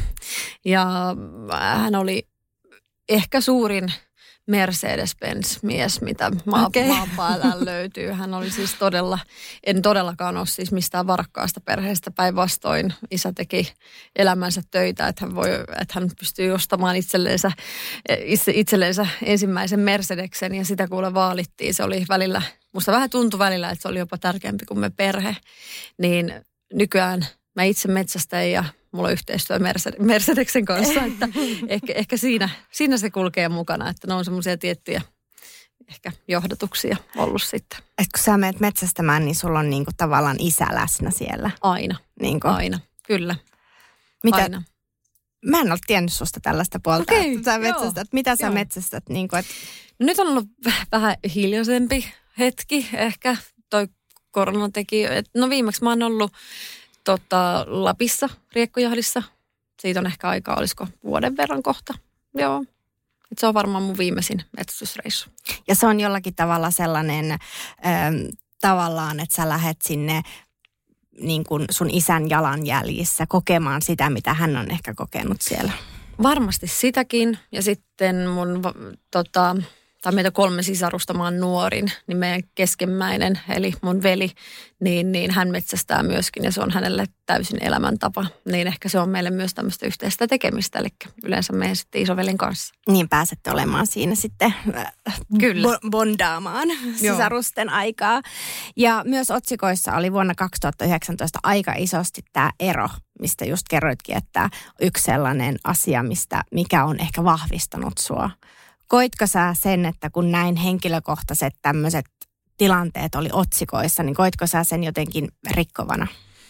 Ja hän oli ehkä suurin Mercedes-Benz-mies, mitä maa, okay. maan päällä löytyy. Hän oli siis todella, en todellakaan ole siis mistään varakkaasta perheestä, päinvastoin. Isä teki elämänsä töitä, että hän, voi, että hän pystyy ostamaan itselleensä, itselleensä ensimmäisen Mercedeksen ja sitä kuule vaalittiin. Se oli välillä, musta vähän tuntui välillä, että se oli jopa tärkeämpi kuin me perhe. Niin nykyään mä itse metsästän ja mulla on yhteistyö Mercedeksen kanssa, että ehkä, ehkä siinä, siinä se kulkee mukana, että ne on semmoisia tiettyjä ehkä johdatuksia ollut sitten. Et kun sä menet metsästämään, niin sulla on niinku tavallaan isä läsnä siellä. Aina, niinku. aina, kyllä. Mitä? Aina. Mä en ole tiennyt susta tällaista puolta, Okei, että sä metsästät. joo, Mitä sä joo. metsästät? Niinku, et... no nyt on ollut vähän hiljaisempi hetki, ehkä toi korona teki. Et no viimeksi mä oon ollut Tota, Lapissa, Riekkojahdissa. Siitä on ehkä aikaa, olisiko vuoden verran kohta. Joo. Et se on varmaan mun viimeisin metsästysreissu. Ja se on jollakin tavalla sellainen ähm, tavallaan, että sä lähet sinne niin kuin sun isän jalanjäljissä kokemaan sitä, mitä hän on ehkä kokenut siellä. Varmasti sitäkin. Ja sitten mun tota, tai meitä kolme sisarusta, mä oon nuorin, niin meidän keskimmäinen, eli mun veli, niin, niin hän metsästää myöskin ja se on hänelle täysin elämäntapa. Niin ehkä se on meille myös tämmöistä yhteistä tekemistä, eli yleensä meidän sitten isovelin kanssa. Niin pääsette olemaan siinä sitten Kyllä. Bo- bondaamaan sisarusten Joo. aikaa. Ja myös otsikoissa oli vuonna kaksituhattayhdeksäntoista aika isosti tämä ero, mistä just kerroitkin, että yksi sellainen asia, mistä, mikä on ehkä vahvistanut sua. Koitko sä sen, että kun näin henkilökohtaiset tämmöiset tilanteet oli otsikoissa, niin koitko sä sen jotenkin rikkovana?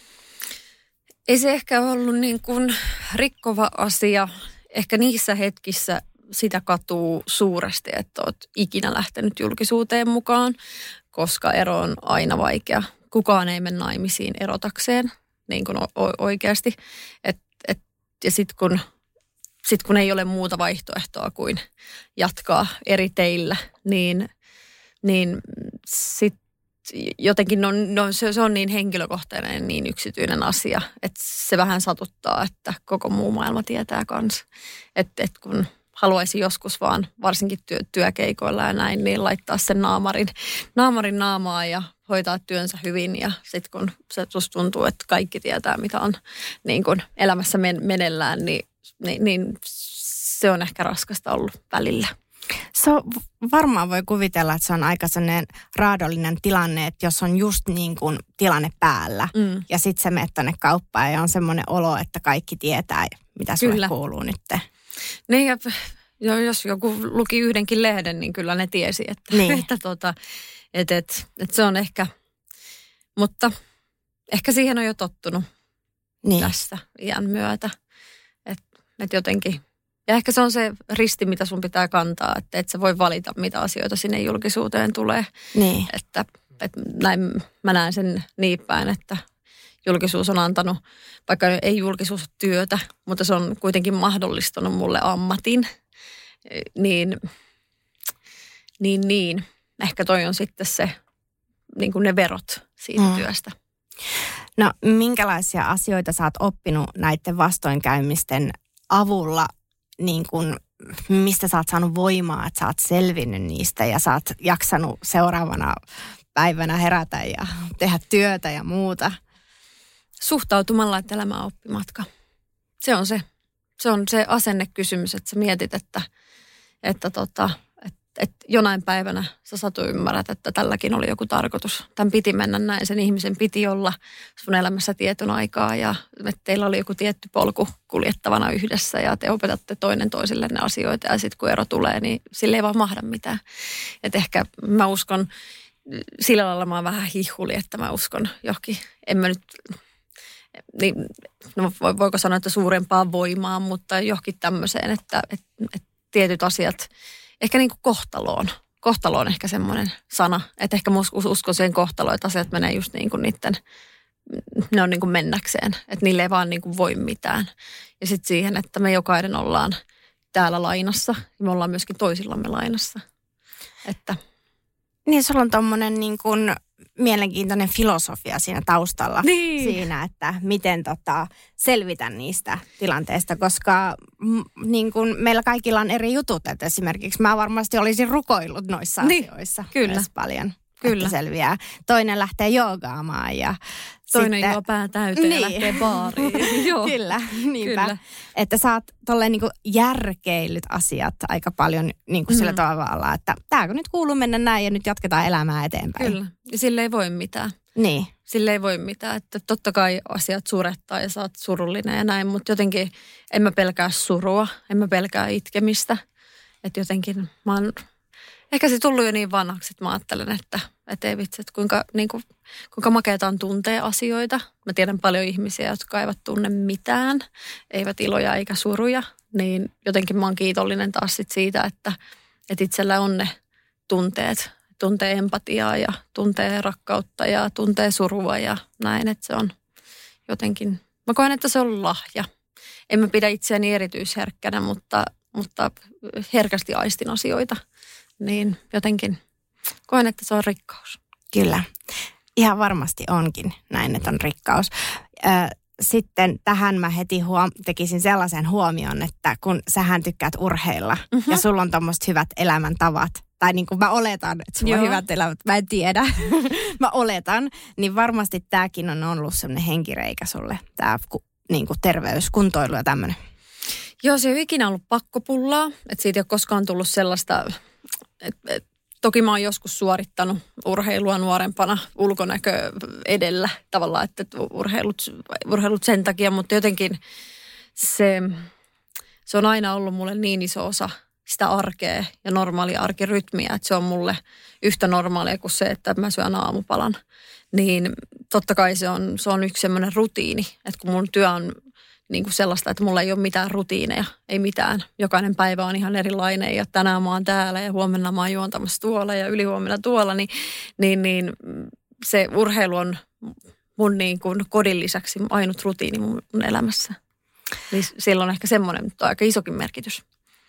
Ei se ehkä ollut niin kuin rikkova asia. Ehkä niissä hetkissä sitä katuu suuresti, että oot ikinä lähtenyt julkisuuteen mukaan, koska ero on aina vaikea. Kukaan ei mene naimisiin erotakseen niin kuin oikeasti. Et, et, ja sitten kun... Sitten kun ei ole muuta vaihtoehtoa kuin jatkaa eri teillä, niin, niin sitten jotenkin no, no, se, se on niin henkilökohtainen, niin yksityinen asia, että se vähän satuttaa, että koko muu maailma tietää kanssa. Että et kun haluaisi joskus vaan, varsinkin työ, työkeikoilla ja näin, niin laittaa sen naamarin, naamarin naamaa ja hoitaa työnsä hyvin. Ja sitten kun se susta tuntuu, että kaikki tietää, mitä on niin kun elämässä men- menellään, niin Niin, niin se on ehkä raskasta ollut välillä. Se on, varmaan voi kuvitella, että se on aika sellainen raadollinen tilanne, että jos on just niin kuin tilanne päällä mm. ja sitten sä menet tonne kauppaan ja on semmoinen olo, että kaikki tietää, mitä sulle kyllä. kuuluu nyt. Niin ja jos joku luki yhdenkin lehden, niin kyllä ne tiesi, että, niin. että, tota, että, että, että se on ehkä, mutta ehkä siihen on jo tottunut niin. tässä iän myötä. Että jotenkin, ja ehkä se on se risti, mitä sun pitää kantaa, että et sä voi valita, mitä asioita sinne julkisuuteen tulee. Niin. Että, että näin mä näen sen niin päin, että julkisuus on antanut, vaikka ei julkisuus ole työtä, mutta se on kuitenkin mahdollistanut mulle ammatin. Niin, niin, niin. Ehkä toi on sitten se, niin kuin ne verot siitä mm. työstä. No minkälaisia asioita sä oot oppinut näiden vastoinkäymisten avulla, niin kun, mistä sä oot saanut voimaa, että sä oot selvinnyt niistä ja sä oot jaksanut seuraavana päivänä herätä ja tehdä työtä ja muuta? Suhtautumalla, että elämä on oppimatka. Se on se. Se on se asennekysymys, että sä mietit, että, että, tota, että, että jonain päivänä sä satu ymmärrät, että tälläkin oli joku tarkoitus. Tämän piti mennä näin, sen ihmisen piti olla sun elämässä tietyn aikaa ja että teillä oli joku tietty polku kuljettavana yhdessä ja te opetatte toinen toisille ne asioita ja sitten kun ero tulee, niin sille ei vaan mahda mitään. Että ehkä mä uskon, sillä lailla mä oon vähän hihuli, että mä uskon johonkin, en mä nyt, niin, no voiko sanoa, että suurempaa voimaa, mutta johonkin tämmöiseen, että, että, että tietyt asiat ehkä niin kuin kohtaloon. Kohtalo on ehkä semmoinen sana, että ehkä mä uskon siihen kohtaloon, että asiat menee just niin kuin niiden, ne on niin kuin mennäkseen, että niille ei vaan niin kuin voi mitään. Ja sitten siihen, että me jokainen ollaan täällä lainassa ja me ollaan myöskin toisillamme lainassa. Että niin, sulla on tommonen niin kuin mielenkiintoinen filosofia siinä taustalla. Niin. Siinä, että miten tota, selvitä niistä tilanteista, koska m, niin kuin meillä kaikilla on eri jutut. Että esimerkiksi mä varmasti olisin rukoillut noissa niin. asioissa Kyllä. myös paljon, Kyllä. että selviää. Toinen lähtee joogaamaan ja toinen sitten juo pää täyteen niin. ja lähtee baariin. Joo. Kyllä, niinpä. Kyllä. Että sä oot tolleen niinku järkeillyt asiat aika paljon niinku mm. sillä tavalla, että tääkö nyt kuuluu mennä näin ja nyt jatketaan elämää eteenpäin. Kyllä, ja sille ei voi mitään. Niin. Sille ei voi mitään, että totta kai asiat surettaa ja sä oot surullinen ja näin, mutta jotenkin en mä pelkää surua, en mä pelkää itkemistä. Että jotenkin mä oon, ehkä se tullut jo niin vanhaksi, että mä ajattelen, että, että ei vitsi, että kuinka, niin kuin, kuinka makeata on tuntee asioita. Mä tiedän paljon ihmisiä, jotka eivät tunne mitään, eivät iloja eikä suruja, niin jotenkin mä oon kiitollinen taas sit siitä, että, että itsellä on ne tunteet. Tuntee empatiaa ja tuntee rakkautta ja tuntee surua ja näin, että se on jotenkin, mä koen, että se on lahja. En mä pidä itseäni erityisherkkänä, mutta, mutta herkästi aistin asioita, niin jotenkin koen, että se on rikkaus. Kyllä, ihan varmasti onkin näin, että on rikkaus. Sitten tähän mä heti huom- tekisin sellaisen huomion, että kun sähän tykkäät urheilla mm-hmm. ja sulla on tommoset hyvät elämäntavat, tai niin kuin mä oletan, että sulla on hyvät elämät, mä en tiedä, mä oletan, niin varmasti tämäkin on ollut semmoinen henkireikä sulle, tämä niin kuin terveys, kuntoilu ja tämmöinen. Joo, se ei ole ikinä ollut pakkopullaa, että siitä ei ole koskaan tullut sellaista, että, että toki mä oon joskus suorittanut urheilua nuorempana ulkonäkö edellä tavallaan, että urheilut, urheilut sen takia, mutta jotenkin se, se on aina ollut mulle niin iso osa sitä arkea ja normaalia arkirytmiä, että se on mulle yhtä normaalia kuin se, että mä syön aamupalan. Niin totta kai se on, se on yksi semmoinen rutiini, että kun mun työ on niin kuin sellaista, että mulla ei ole mitään rutiineja, ei mitään. Jokainen päivä on ihan erilainen ja tänään mä oon täällä ja huomenna mä oon juontamassa tuolla ja ylihuomenna tuolla, niin, niin, niin se urheilu on mun niin kuin kodin lisäksi ainut rutiini mun, mun elämässä. Niin sillä on ehkä semmoinen aika isokin merkitys.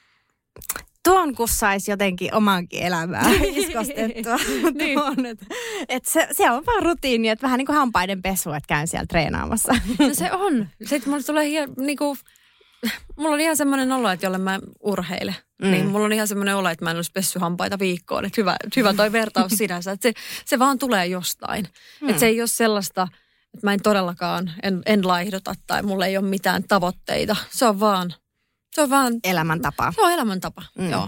Tuon kun saisi jotenkin omankin elämää iskostettua. Niin. Tuon, että, että se, se on vaan rutiini, että vähän niin kuin hampaiden pesu, että käyn siellä treenaamassa. No se on. Sitten mulla tulee hien, niin kuin, mulla on ihan semmoinen olo, että jolle mä urheile. Mm. Niin mulla on ihan semmoinen olo, että mä en olisi pessy hampaita viikkoon. Että hyvä, hyvä toi vertaus sinänsä. Että se, se vaan tulee jostain. Mm. Että se ei ole sellaista, että mä en todellakaan, en, en laihdota tai mulla ei ole mitään tavoitteita. Se on vaan... Se on vaan... Elämäntapa. Joo, elämäntapa, mm. joo.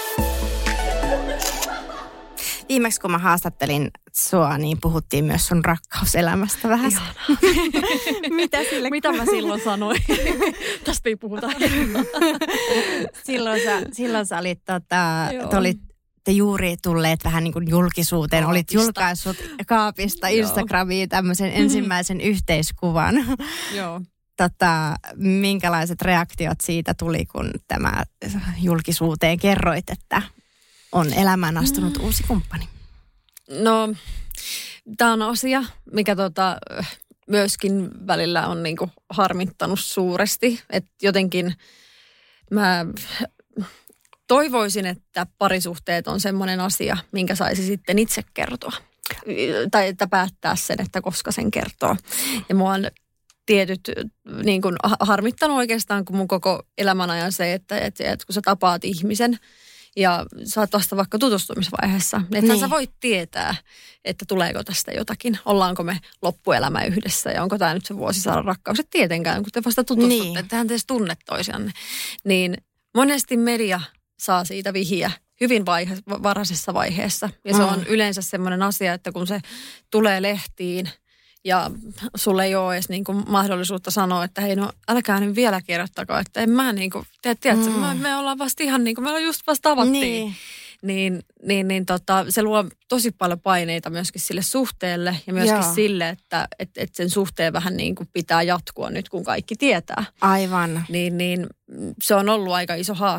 Viimeksi kun mä haastattelin sua, niin puhuttiin myös sun rakkauselämästä vähän. Mitä sille? Mitä mä silloin sanoin? Tästä ei puhuta. silloin, sä, silloin sä olit, tota, te olitte juuri tulleet vähän niin kuin julkisuuteen. Kaapista. Olit julkaissut kaapista Instagramiin tämmöisen ensimmäisen yhteiskuvan. Joo. Tota, minkälaiset reaktiot siitä tuli, kun tämä julkisuuteen kerroit, että on elämään astunut mm. uusi kumppani? No, tämä on asia, mikä tota, myöskin välillä on niinku harmittanut suuresti. Että jotenkin mä toivoisin, että parisuhteet on semmoinen asia, minkä saisi sitten itse kertoa. Tai että päättää sen, että koska sen kertoo. Ja mua on tietyt niin kuin harmittanut oikeastaan, kun mun koko elämän ajan se, että, että, että kun sä tapaat ihmisen ja sä oot vasta vaikka tutustumisvaiheessa, niin ethän niin. sä voit tietää, että tuleeko tästä jotakin. Ollaanko me loppuelämä yhdessä ja onko tämä nyt se vuosisadan rakkaus. Et tietenkään, kun te vasta tutustutte, niin. että tehän te edes tunne toisianne. Niin monesti media saa siitä vihiä hyvin vaihe, varhaisessa vaiheessa. Ja se mm. on yleensä semmoinen asia, että kun se tulee lehtiin, ja sulle ei ole edes niin kuin mahdollisuutta sanoa, että hei no älkää nyt vielä kirjoittako, että en mä niin kuin, tiedätkö, mm. me, me ollaan vasta ihan niin kuin, me ollaan just vasta tavattiin. Niin, niin, niin, niin tota, se luo tosi paljon paineita myöskin sille suhteelle ja myöskin Joo. sille, että et, et sen suhteen vähän niin kuin pitää jatkua nyt, kun kaikki tietää. Aivan. Niin, niin se on ollut aika iso haaste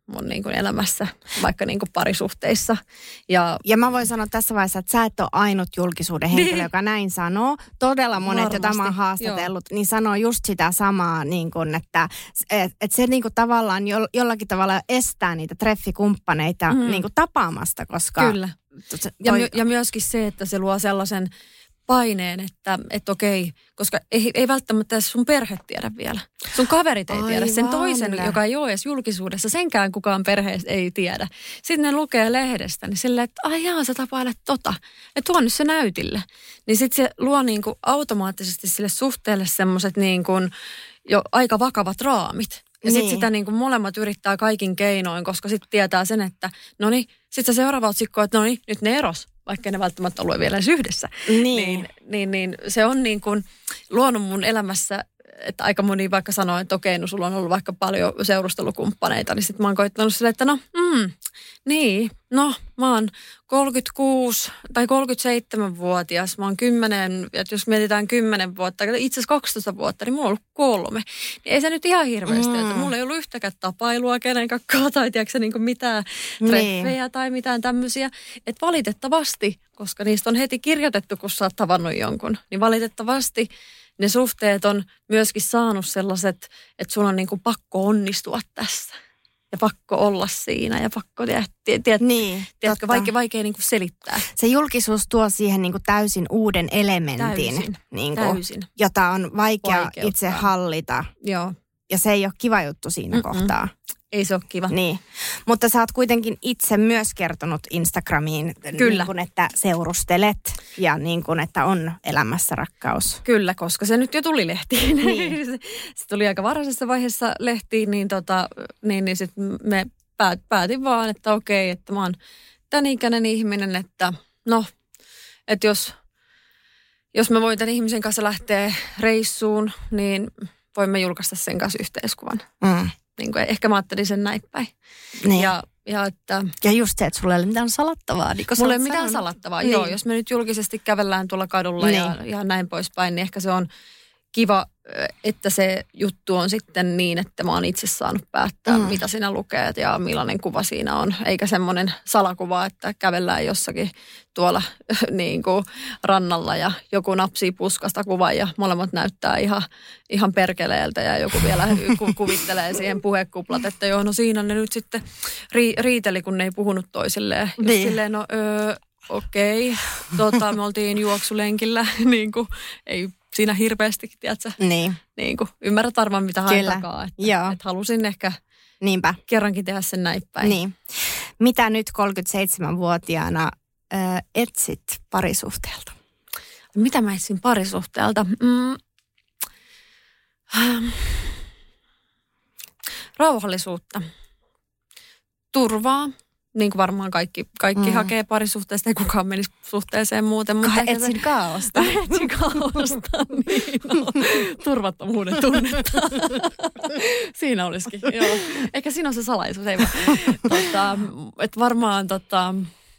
mun niin kuin elämässä, vaikka niin kuin parisuhteissa. Ja, ja mä voin sanoa tässä vaiheessa, että sä et ole ainut julkisuuden henkilö, niin. joka näin sanoo. Todella monet, varmasti, joita mä oon haastatellut, joo. niin sanoo just sitä samaa, niin kuin, että et, et se niin kuin tavallaan jo, jollakin tavalla estää niitä treffikumppaneita mm. niin kuin tapaamasta, koska... Kyllä. Ja, my, ja myöskin se, että se luo sellaisen paineen, että et okei, koska ei, ei välttämättä sun perhe tiedä vielä. Sun kaverit ei Aivan. tiedä. Sen toisen, joka ei ole edes julkisuudessa, senkään kukaan perheestä ei tiedä. Sitten ne lukee lehdestä, niin silleen, että ai jaa, sä tapailet tota. Että tuo nyt se näytille. Niin sitten se luo niinku automaattisesti sille suhteelle semmoiset niinku jo aika vakavat raamit. Ja sitten niin. sitä niin kuin molemmat yrittää kaikin keinoin, koska sitten tietää sen, että no niin, sitten se seuraava otsikko, että no niin, nyt ne eros, vaikka ne välttämättä ollut vielä edes yhdessä. Niin. Niin, niin, niin se on niin kuin luonut mun elämässä, että aika moni vaikka sanoo, että okei, no sulla on ollut vaikka paljon seurustelukumppaneita, niin sitten mä oon koittanut silleen, että no, mm, niin, no mä oon kolmekymmentäkuusi tai kolmekymmentäseitsemänvuotias, mä oon kymmenen, että jos mietitään kymmenen vuotta, itse asiassa kaksitoista vuotta, niin mulla on ollut kolme. Niin ei se nyt ihan hirveästi, mm. että mulla ei ollut yhtäkään tapailua kenenkään tai tiedätkö niin kuin mitään treffejä niin. tai mitään tämmöisiä. Että valitettavasti, koska niistä on heti kirjoitettu, kun sä oot tavannut jonkun, niin valitettavasti ne suhteet on myöskin saanut sellaiset, että sun on niin kuin pakko onnistua tässä. Ja pakko olla siinä ja pakko tehdä, tiedät, niin, tiedätkö, vaikea, vaikea niin kuin selittää. Se julkisuus tuo siihen niin kuin täysin uuden elementin, täysin, niin kuin, täysin. jota on vaikea Vaikeuttaa. itse hallita. Joo. Ja se ei ole kiva juttu siinä Mm-mm. kohtaa. Ei se ole kiva. Niin, mutta sä oot kuitenkin itse myös kertonut Instagramiin, Kyllä. Niin kuin, että seurustelet ja niin kuin, että on elämässä rakkaus. Kyllä, koska se nyt jo tuli lehtiin. Niin. se, se tuli aika varhaisessa vaiheessa lehtiin, niin, tota, niin, niin sitten me päät, päätin vaan, että okei, että mä oon tämän ikäinen ihminen, että no, että jos, jos mä voin tämän ihmisen kanssa lähteä reissuun, niin voimme julkaista sen kanssa yhteiskuvan. Mm. Niin kuin, ehkä mä ajattelin sen näin päin. Niin. Ja, ja, että, ja just se, että sulla ei ole mitään salattavaa. Niin mulla ei ole mitään salattavaa. Niin. Joo, jos me nyt julkisesti kävellään tuolla kadulla niin. ja, ja näin poispäin, niin ehkä se on kiva, että se juttu on sitten niin, että mä oon itse saanut päättää, mm. mitä siinä lukee ja millainen kuva siinä on. Eikä semmoinen salakuva, että kävellään jossakin tuolla niin kuin rannalla ja joku napsii puskasta kuvan ja molemmat näyttää ihan, ihan perkeleeltä ja joku vielä ku, kuvittelee siihen puhekuplat, että joo, no siinä ne nyt sitten ri, riiteli, kun ne ei puhunut toisilleen. Just niin. silleen, no öö, okei, tota, me oltiin juoksulenkillä, niin kuin ei siinä hirveästi, tiedätkö? Niin. Niin kuin, ymmärrät varmaan, mitä haen takaa. Että, että halusin ehkä Niinpä. kerrankin tehdä sen näin päin. Niin. Mitä nyt kolmekymmentäseitsemänvuotiaana ö, etsit parisuhteelta? Mitä mä etsin parisuhteelta? Mm. Rauhallisuutta. Turvaa. Niin kuin varmaan kaikki, kaikki mm. hakee parisuhteesta, ei kukaan menisi suhteeseen muuten. Mutta etsin se... kaaosta. Etsin kaaosta, niin no. Turvattomuuden tunnetta. Siinä olisikin, joo. Ehkä siinä on se salaisuus, ei vaan. Tota, että varmaan tota...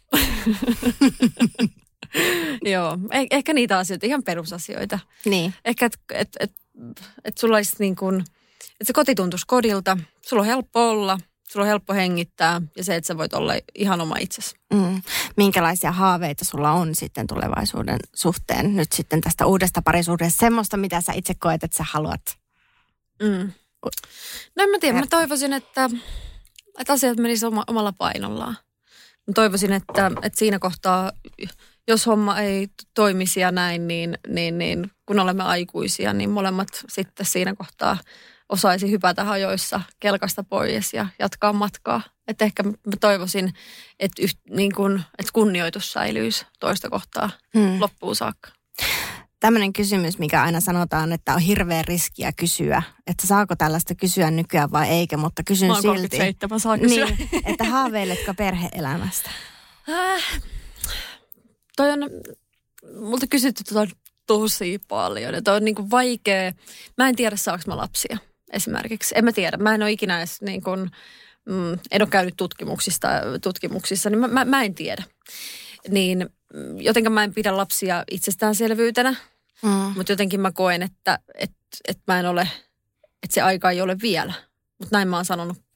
joo, eh- ehkä niitä asioita, ihan perusasioita. Niin. Ehkä, että et, et, et sulla olisi niin kuin, että se koti tuntuisi kodilta, sulla on helppo olla. Sulla on helppo hengittää ja se, että sä voit olla ihan oma itsesi. Mm. Minkälaisia haaveita sulla on sitten tulevaisuuden suhteen nyt sitten tästä uudesta parisuudesta? Semmoista, mitä sä itse koet, että sä haluat? Mm. No en mä tiedä. Mä toivoisin, että, että asiat menisivät oma, omalla painollaan. Mä toivoisin, että, että siinä kohtaa, jos homma ei toimisi ja näin, niin, niin, niin kun olemme aikuisia, niin molemmat sitten siinä kohtaa osaisi hypätä hajoissa kelkasta pois ja jatkaa matkaa. Että ehkä mä toivoisin, että, yht, niin kun, että kunnioitus säilyisi toista kohtaa hmm. loppuun saakka. Tämmöinen kysymys, mikä aina sanotaan, että on hirveä riskiä kysyä, että saako tällaista kysyä nykyään vai eikä, mutta kysyn silti. Mä oon kolmekymmentäseitsemän, saa kysyä. Niin, että haaveiletko perhe-elämästä? Äh, toi on, multa kysytty tota tosi paljon ja toi on niinku vaikea. Mä en tiedä, saanko mä lapsia. Esimerkiksi. En mä tiedä. Mä en ole ikinä edes niin kuin, mm, en ole käynyt tutkimuksista, tutkimuksissa, niin mä, mä, mä en tiedä. Niin jotenkin mä en pidä lapsia itsestäänselvyytenä, mm. mutta jotenkin mä koen, että et, et mä en ole, että se aika ei ole vielä. Mutta näin mä oon sanonut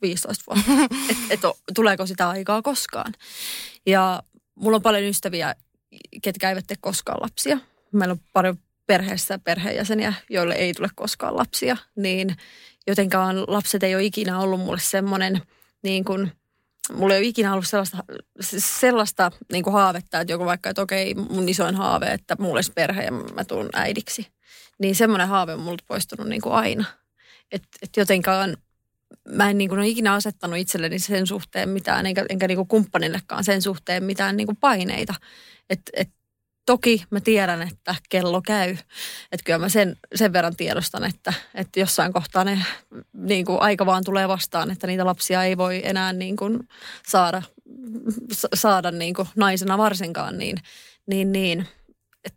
viisitoista vuotta. Että et, tuleeko sitä aikaa koskaan. Ja mulla on paljon ystäviä, ketkä eivät tee koskaan lapsia. Meillä on paljon perheessä perheenjäseniä, joille ei tule koskaan lapsia. Niin jotenkaan lapset ei ole ikinä ollut mulle semmoinen, niin kuin, mulla ei ole ikinä ollut sellaista, sellaista niin kuin haavetta, että joku vaikka, että okei, mun isoin haave, että mulla olisi perhe ja mä tuun äidiksi. Niin semmoinen haave on multa poistunut niin kuin aina. Että et jotenkaan mä en niin kuin ole ikinä asettanut itselleni sen suhteen mitään, enkä, enkä niin kuin kumppanillekaan sen suhteen mitään niin kuin paineita. Että et, toki mä tiedän, että kello käy. Että kyllä mä sen, sen verran tiedostan, että, että jossain kohtaa ne niin kuin aika vaan tulee vastaan, että niitä lapsia ei voi enää niin kuin saada, saada niin kuin naisena varsinkaan. Niin, niin, niin. Et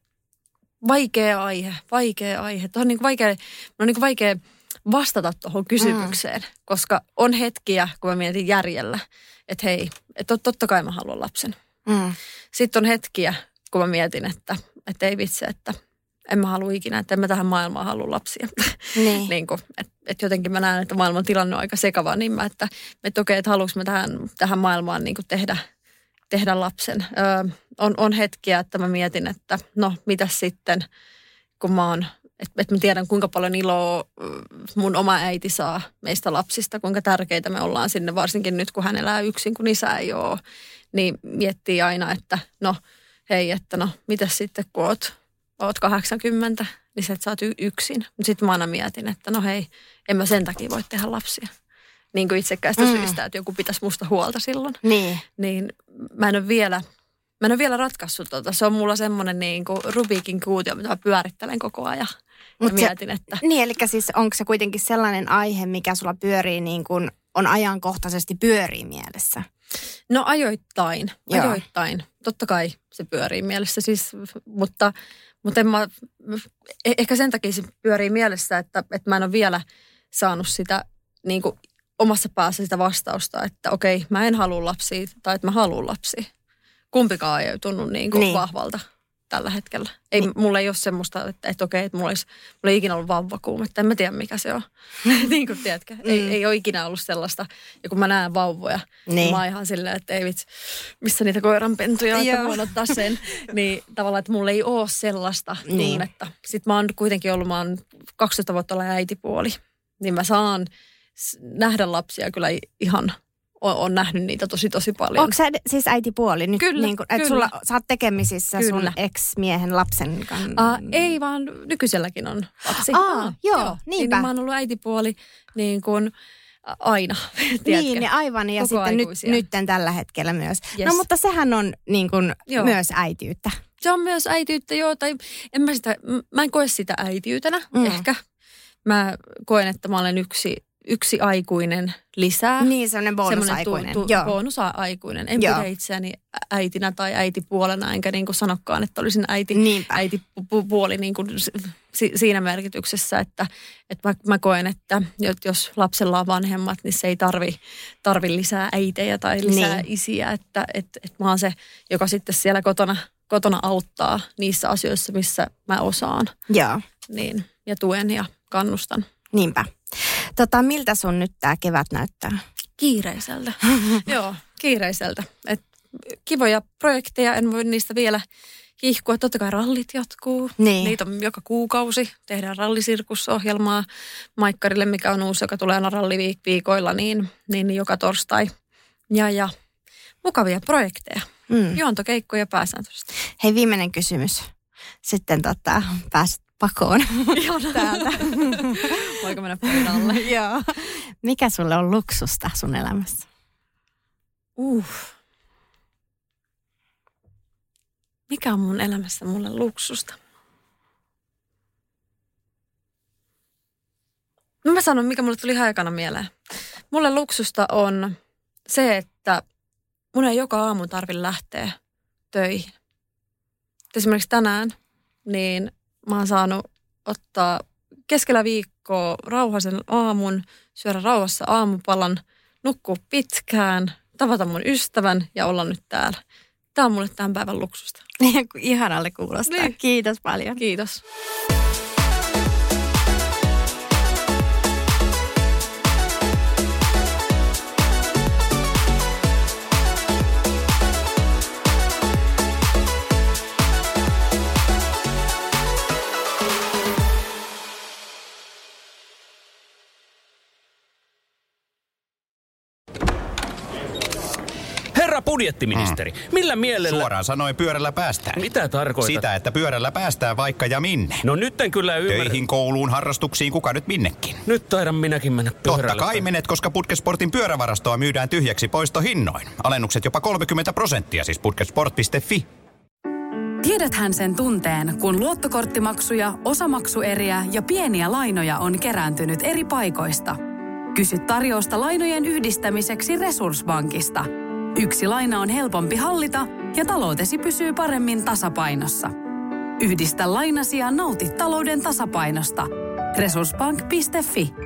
vaikea aihe, vaikea aihe. Tuohon niin kuin vaikea, on niin kuin vaikea vastata tuohon kysymykseen, mm. koska on hetkiä, kun mä mietin järjellä, että hei, että totta kai mä haluan lapsen. Mm. Sitten on hetkiä, kun mä mietin, että, että ei vitsi, että en mä halua ikinä, että en mä tähän maailmaan halua lapsia. Niin. niin kuin, että, että jotenkin mä näen, että maailman tilanne on aika sekava, niin mä, että, että okei, että haluanko mä tähän, tähän maailmaan niin kuin tehdä, tehdä lapsen. Öö, on, on hetkiä, että mä mietin, että no, mitäs sitten, kun mä oon, että, että mä tiedän, kuinka paljon iloa mun oma äiti saa meistä lapsista, kuinka tärkeitä me ollaan sinne, varsinkin nyt, kun hän elää yksin, kun isä ei ole, niin miettii aina, että no, hei, että no, mitäs sitten, kun oot, oot kahdeksankymmentä, niin sä et sä oot y- yksin. Mutta sitten mä aina mietin, että no hei, en mä sen takia voi tehdä lapsia. Niin kuin itsekkäistä mm. syistä, että joku pitäisi musta huolta silloin. Niin. Niin mä en ole vielä, mä en ole vielä ratkaissut tota. Se on mulla semmoinen niin kuin Rubikin kuutio, mitä mä pyörittelen koko ajan. Mut ja mietin, se, että... Niin, eli siis onko se kuitenkin sellainen aihe, mikä sulla pyörii niin kuin on ajankohtaisesti pyörii mielessä? No ajoittain, Joo. ajoittain. Totta kai se pyörii mielessä siis, mutta, mutta en mä, ehkä sen takia se pyörii mielessä, että, että mä en ole vielä saanut sitä niin kuin omassa päässä sitä vastausta, että okei, mä en halua lapsia tai että mä haluan lapsia. Kumpikaan ei tunnu niin kuin niin. vahvalta tällä hetkellä. Ei, niin. Mulla ei ole semmoista, että, että okei, että mulla, olisi, mulla ei ikinä ollut vauvakuumetta. En mä tiedä, mikä se on. niin kuin tiedätkö, mm. ei, ei ole ikinä ollut sellaista. Ja kun mä näen vauvoja, niin, niin mä oon ihan silleen, että ei vitsi, missä niitä koiranpentuja, että voin ottaa sen. Niin tavallaan, että mulla ei ole sellaista niin. tunnetta. Sitten mä oon kuitenkin ollut, mä oon kaksitoista vuotta olla äitipuoli. Niin mä saan nähdä lapsia kyllä ihan... On, on nähnyt niitä tosi, tosi paljon. Onko sä siis äitipuoli? Nyt, kyllä, niin kuin, että kyllä. Sulla, sä oot tekemisissä kyllä. sun ex-miehen lapsen kanssa? Uh, ei, vaan nykyiselläkin on lapsi. Aa, uh, joo, joo, niinpä. Niin, mä oon ollut äitipuoli niin kuin aina, tiedätkö? Niin, niin aivan. Ja Koko sitten nyt, nytten tällä hetkellä myös. Yes. No, mutta sehän on niin kuin myös äitiyttä. Se on myös äitiyttä, joo. Tai en mä sitä, mä en koe sitä äitiytenä, mm. ehkä. Mä koen, että mä olen yksi... Yksi aikuinen lisää. Niin, semmoinen bonusaikuinen. Tu, tu, bonusaikuinen. En Joo. pidä itseäni äitinä tai äitipuolena, enkä niin kuin sanokaan, että olisin äiti, äitipuoli niin kuin si, siinä merkityksessä, että, että mä, mä koen, että jos lapsella on vanhemmat, niin se ei tarvi, tarvi lisää äitejä tai lisää niin. isiä. Että et, et mä oon se, joka sitten siellä kotona, kotona auttaa niissä asioissa, missä mä osaan. Joo. Niin, ja tuen ja kannustan. Niinpä. Tota, miltä sun nyt tää kevät näyttää? Kiireiseltä. Joo, kiireiseltä. Et kivoja projekteja, en voi niistä vielä hihkua. Totta kai rallit jatkuu. Niin. Niitä on joka kuukausi. Tehdään rallisirkusohjelmaa Maikkarille, mikä on uusi, joka tulee aina ralliviikoilla, niin, niin joka torstai. Ja, ja mukavia projekteja. Mm. Juontokeikkoja pääsääntöisesti. Hei, viimeinen kysymys. Sitten tota, pääset pakoon täältä. Voiko mennä pöydälle? Joo. Mikä sulle on luksusta sun elämässä? Uh. Mikä on mun elämässä mulle luksusta? No mä sanon, mikä mulle tuli ihan ekana mieleen. Mulle luksusta on se, että mun ei joka aamu tarvitse lähteä töihin. Esimerkiksi tänään, niin mä oon saanut ottaa keskellä viikkoa rauhaisen aamun, syödä rauhassa aamupalan, nukkua pitkään, tavata mun ystävän ja olla nyt täällä. Tää on mulle tämän päivän luksusta. Ihanalle kuulostaa. Niin. Kiitos paljon. Kiitos. Herra budjettiministeri, mm. millä mielellä... Suoraan sanoen pyörällä päästään. Mitä tarkoitat? Sitä, että pyörällä päästään vaikka ja minne. No nyt en kyllä ymmärrä. Töihin, kouluun, harrastuksiin, kuka nyt minnekin. Nyt taidan minäkin mennä pyörällä. Totta kai menet, koska Putkesportin pyörävarastoa myydään tyhjäksi poistohinnoin. Alennukset jopa kolmekymmentä prosenttia, siis putkesport piste fi. Tiedäthän sen tunteen, kun luottokorttimaksuja, osamaksueriä ja pieniä lainoja on kerääntynyt eri paikoista. Kysy tarjousta lainojen yhdistämiseksi Resurssbankista. Yksi laina on helpompi hallita ja taloutesi pysyy paremmin tasapainossa. Yhdistä lainasi ja nauti talouden tasapainosta. resurssbank piste fi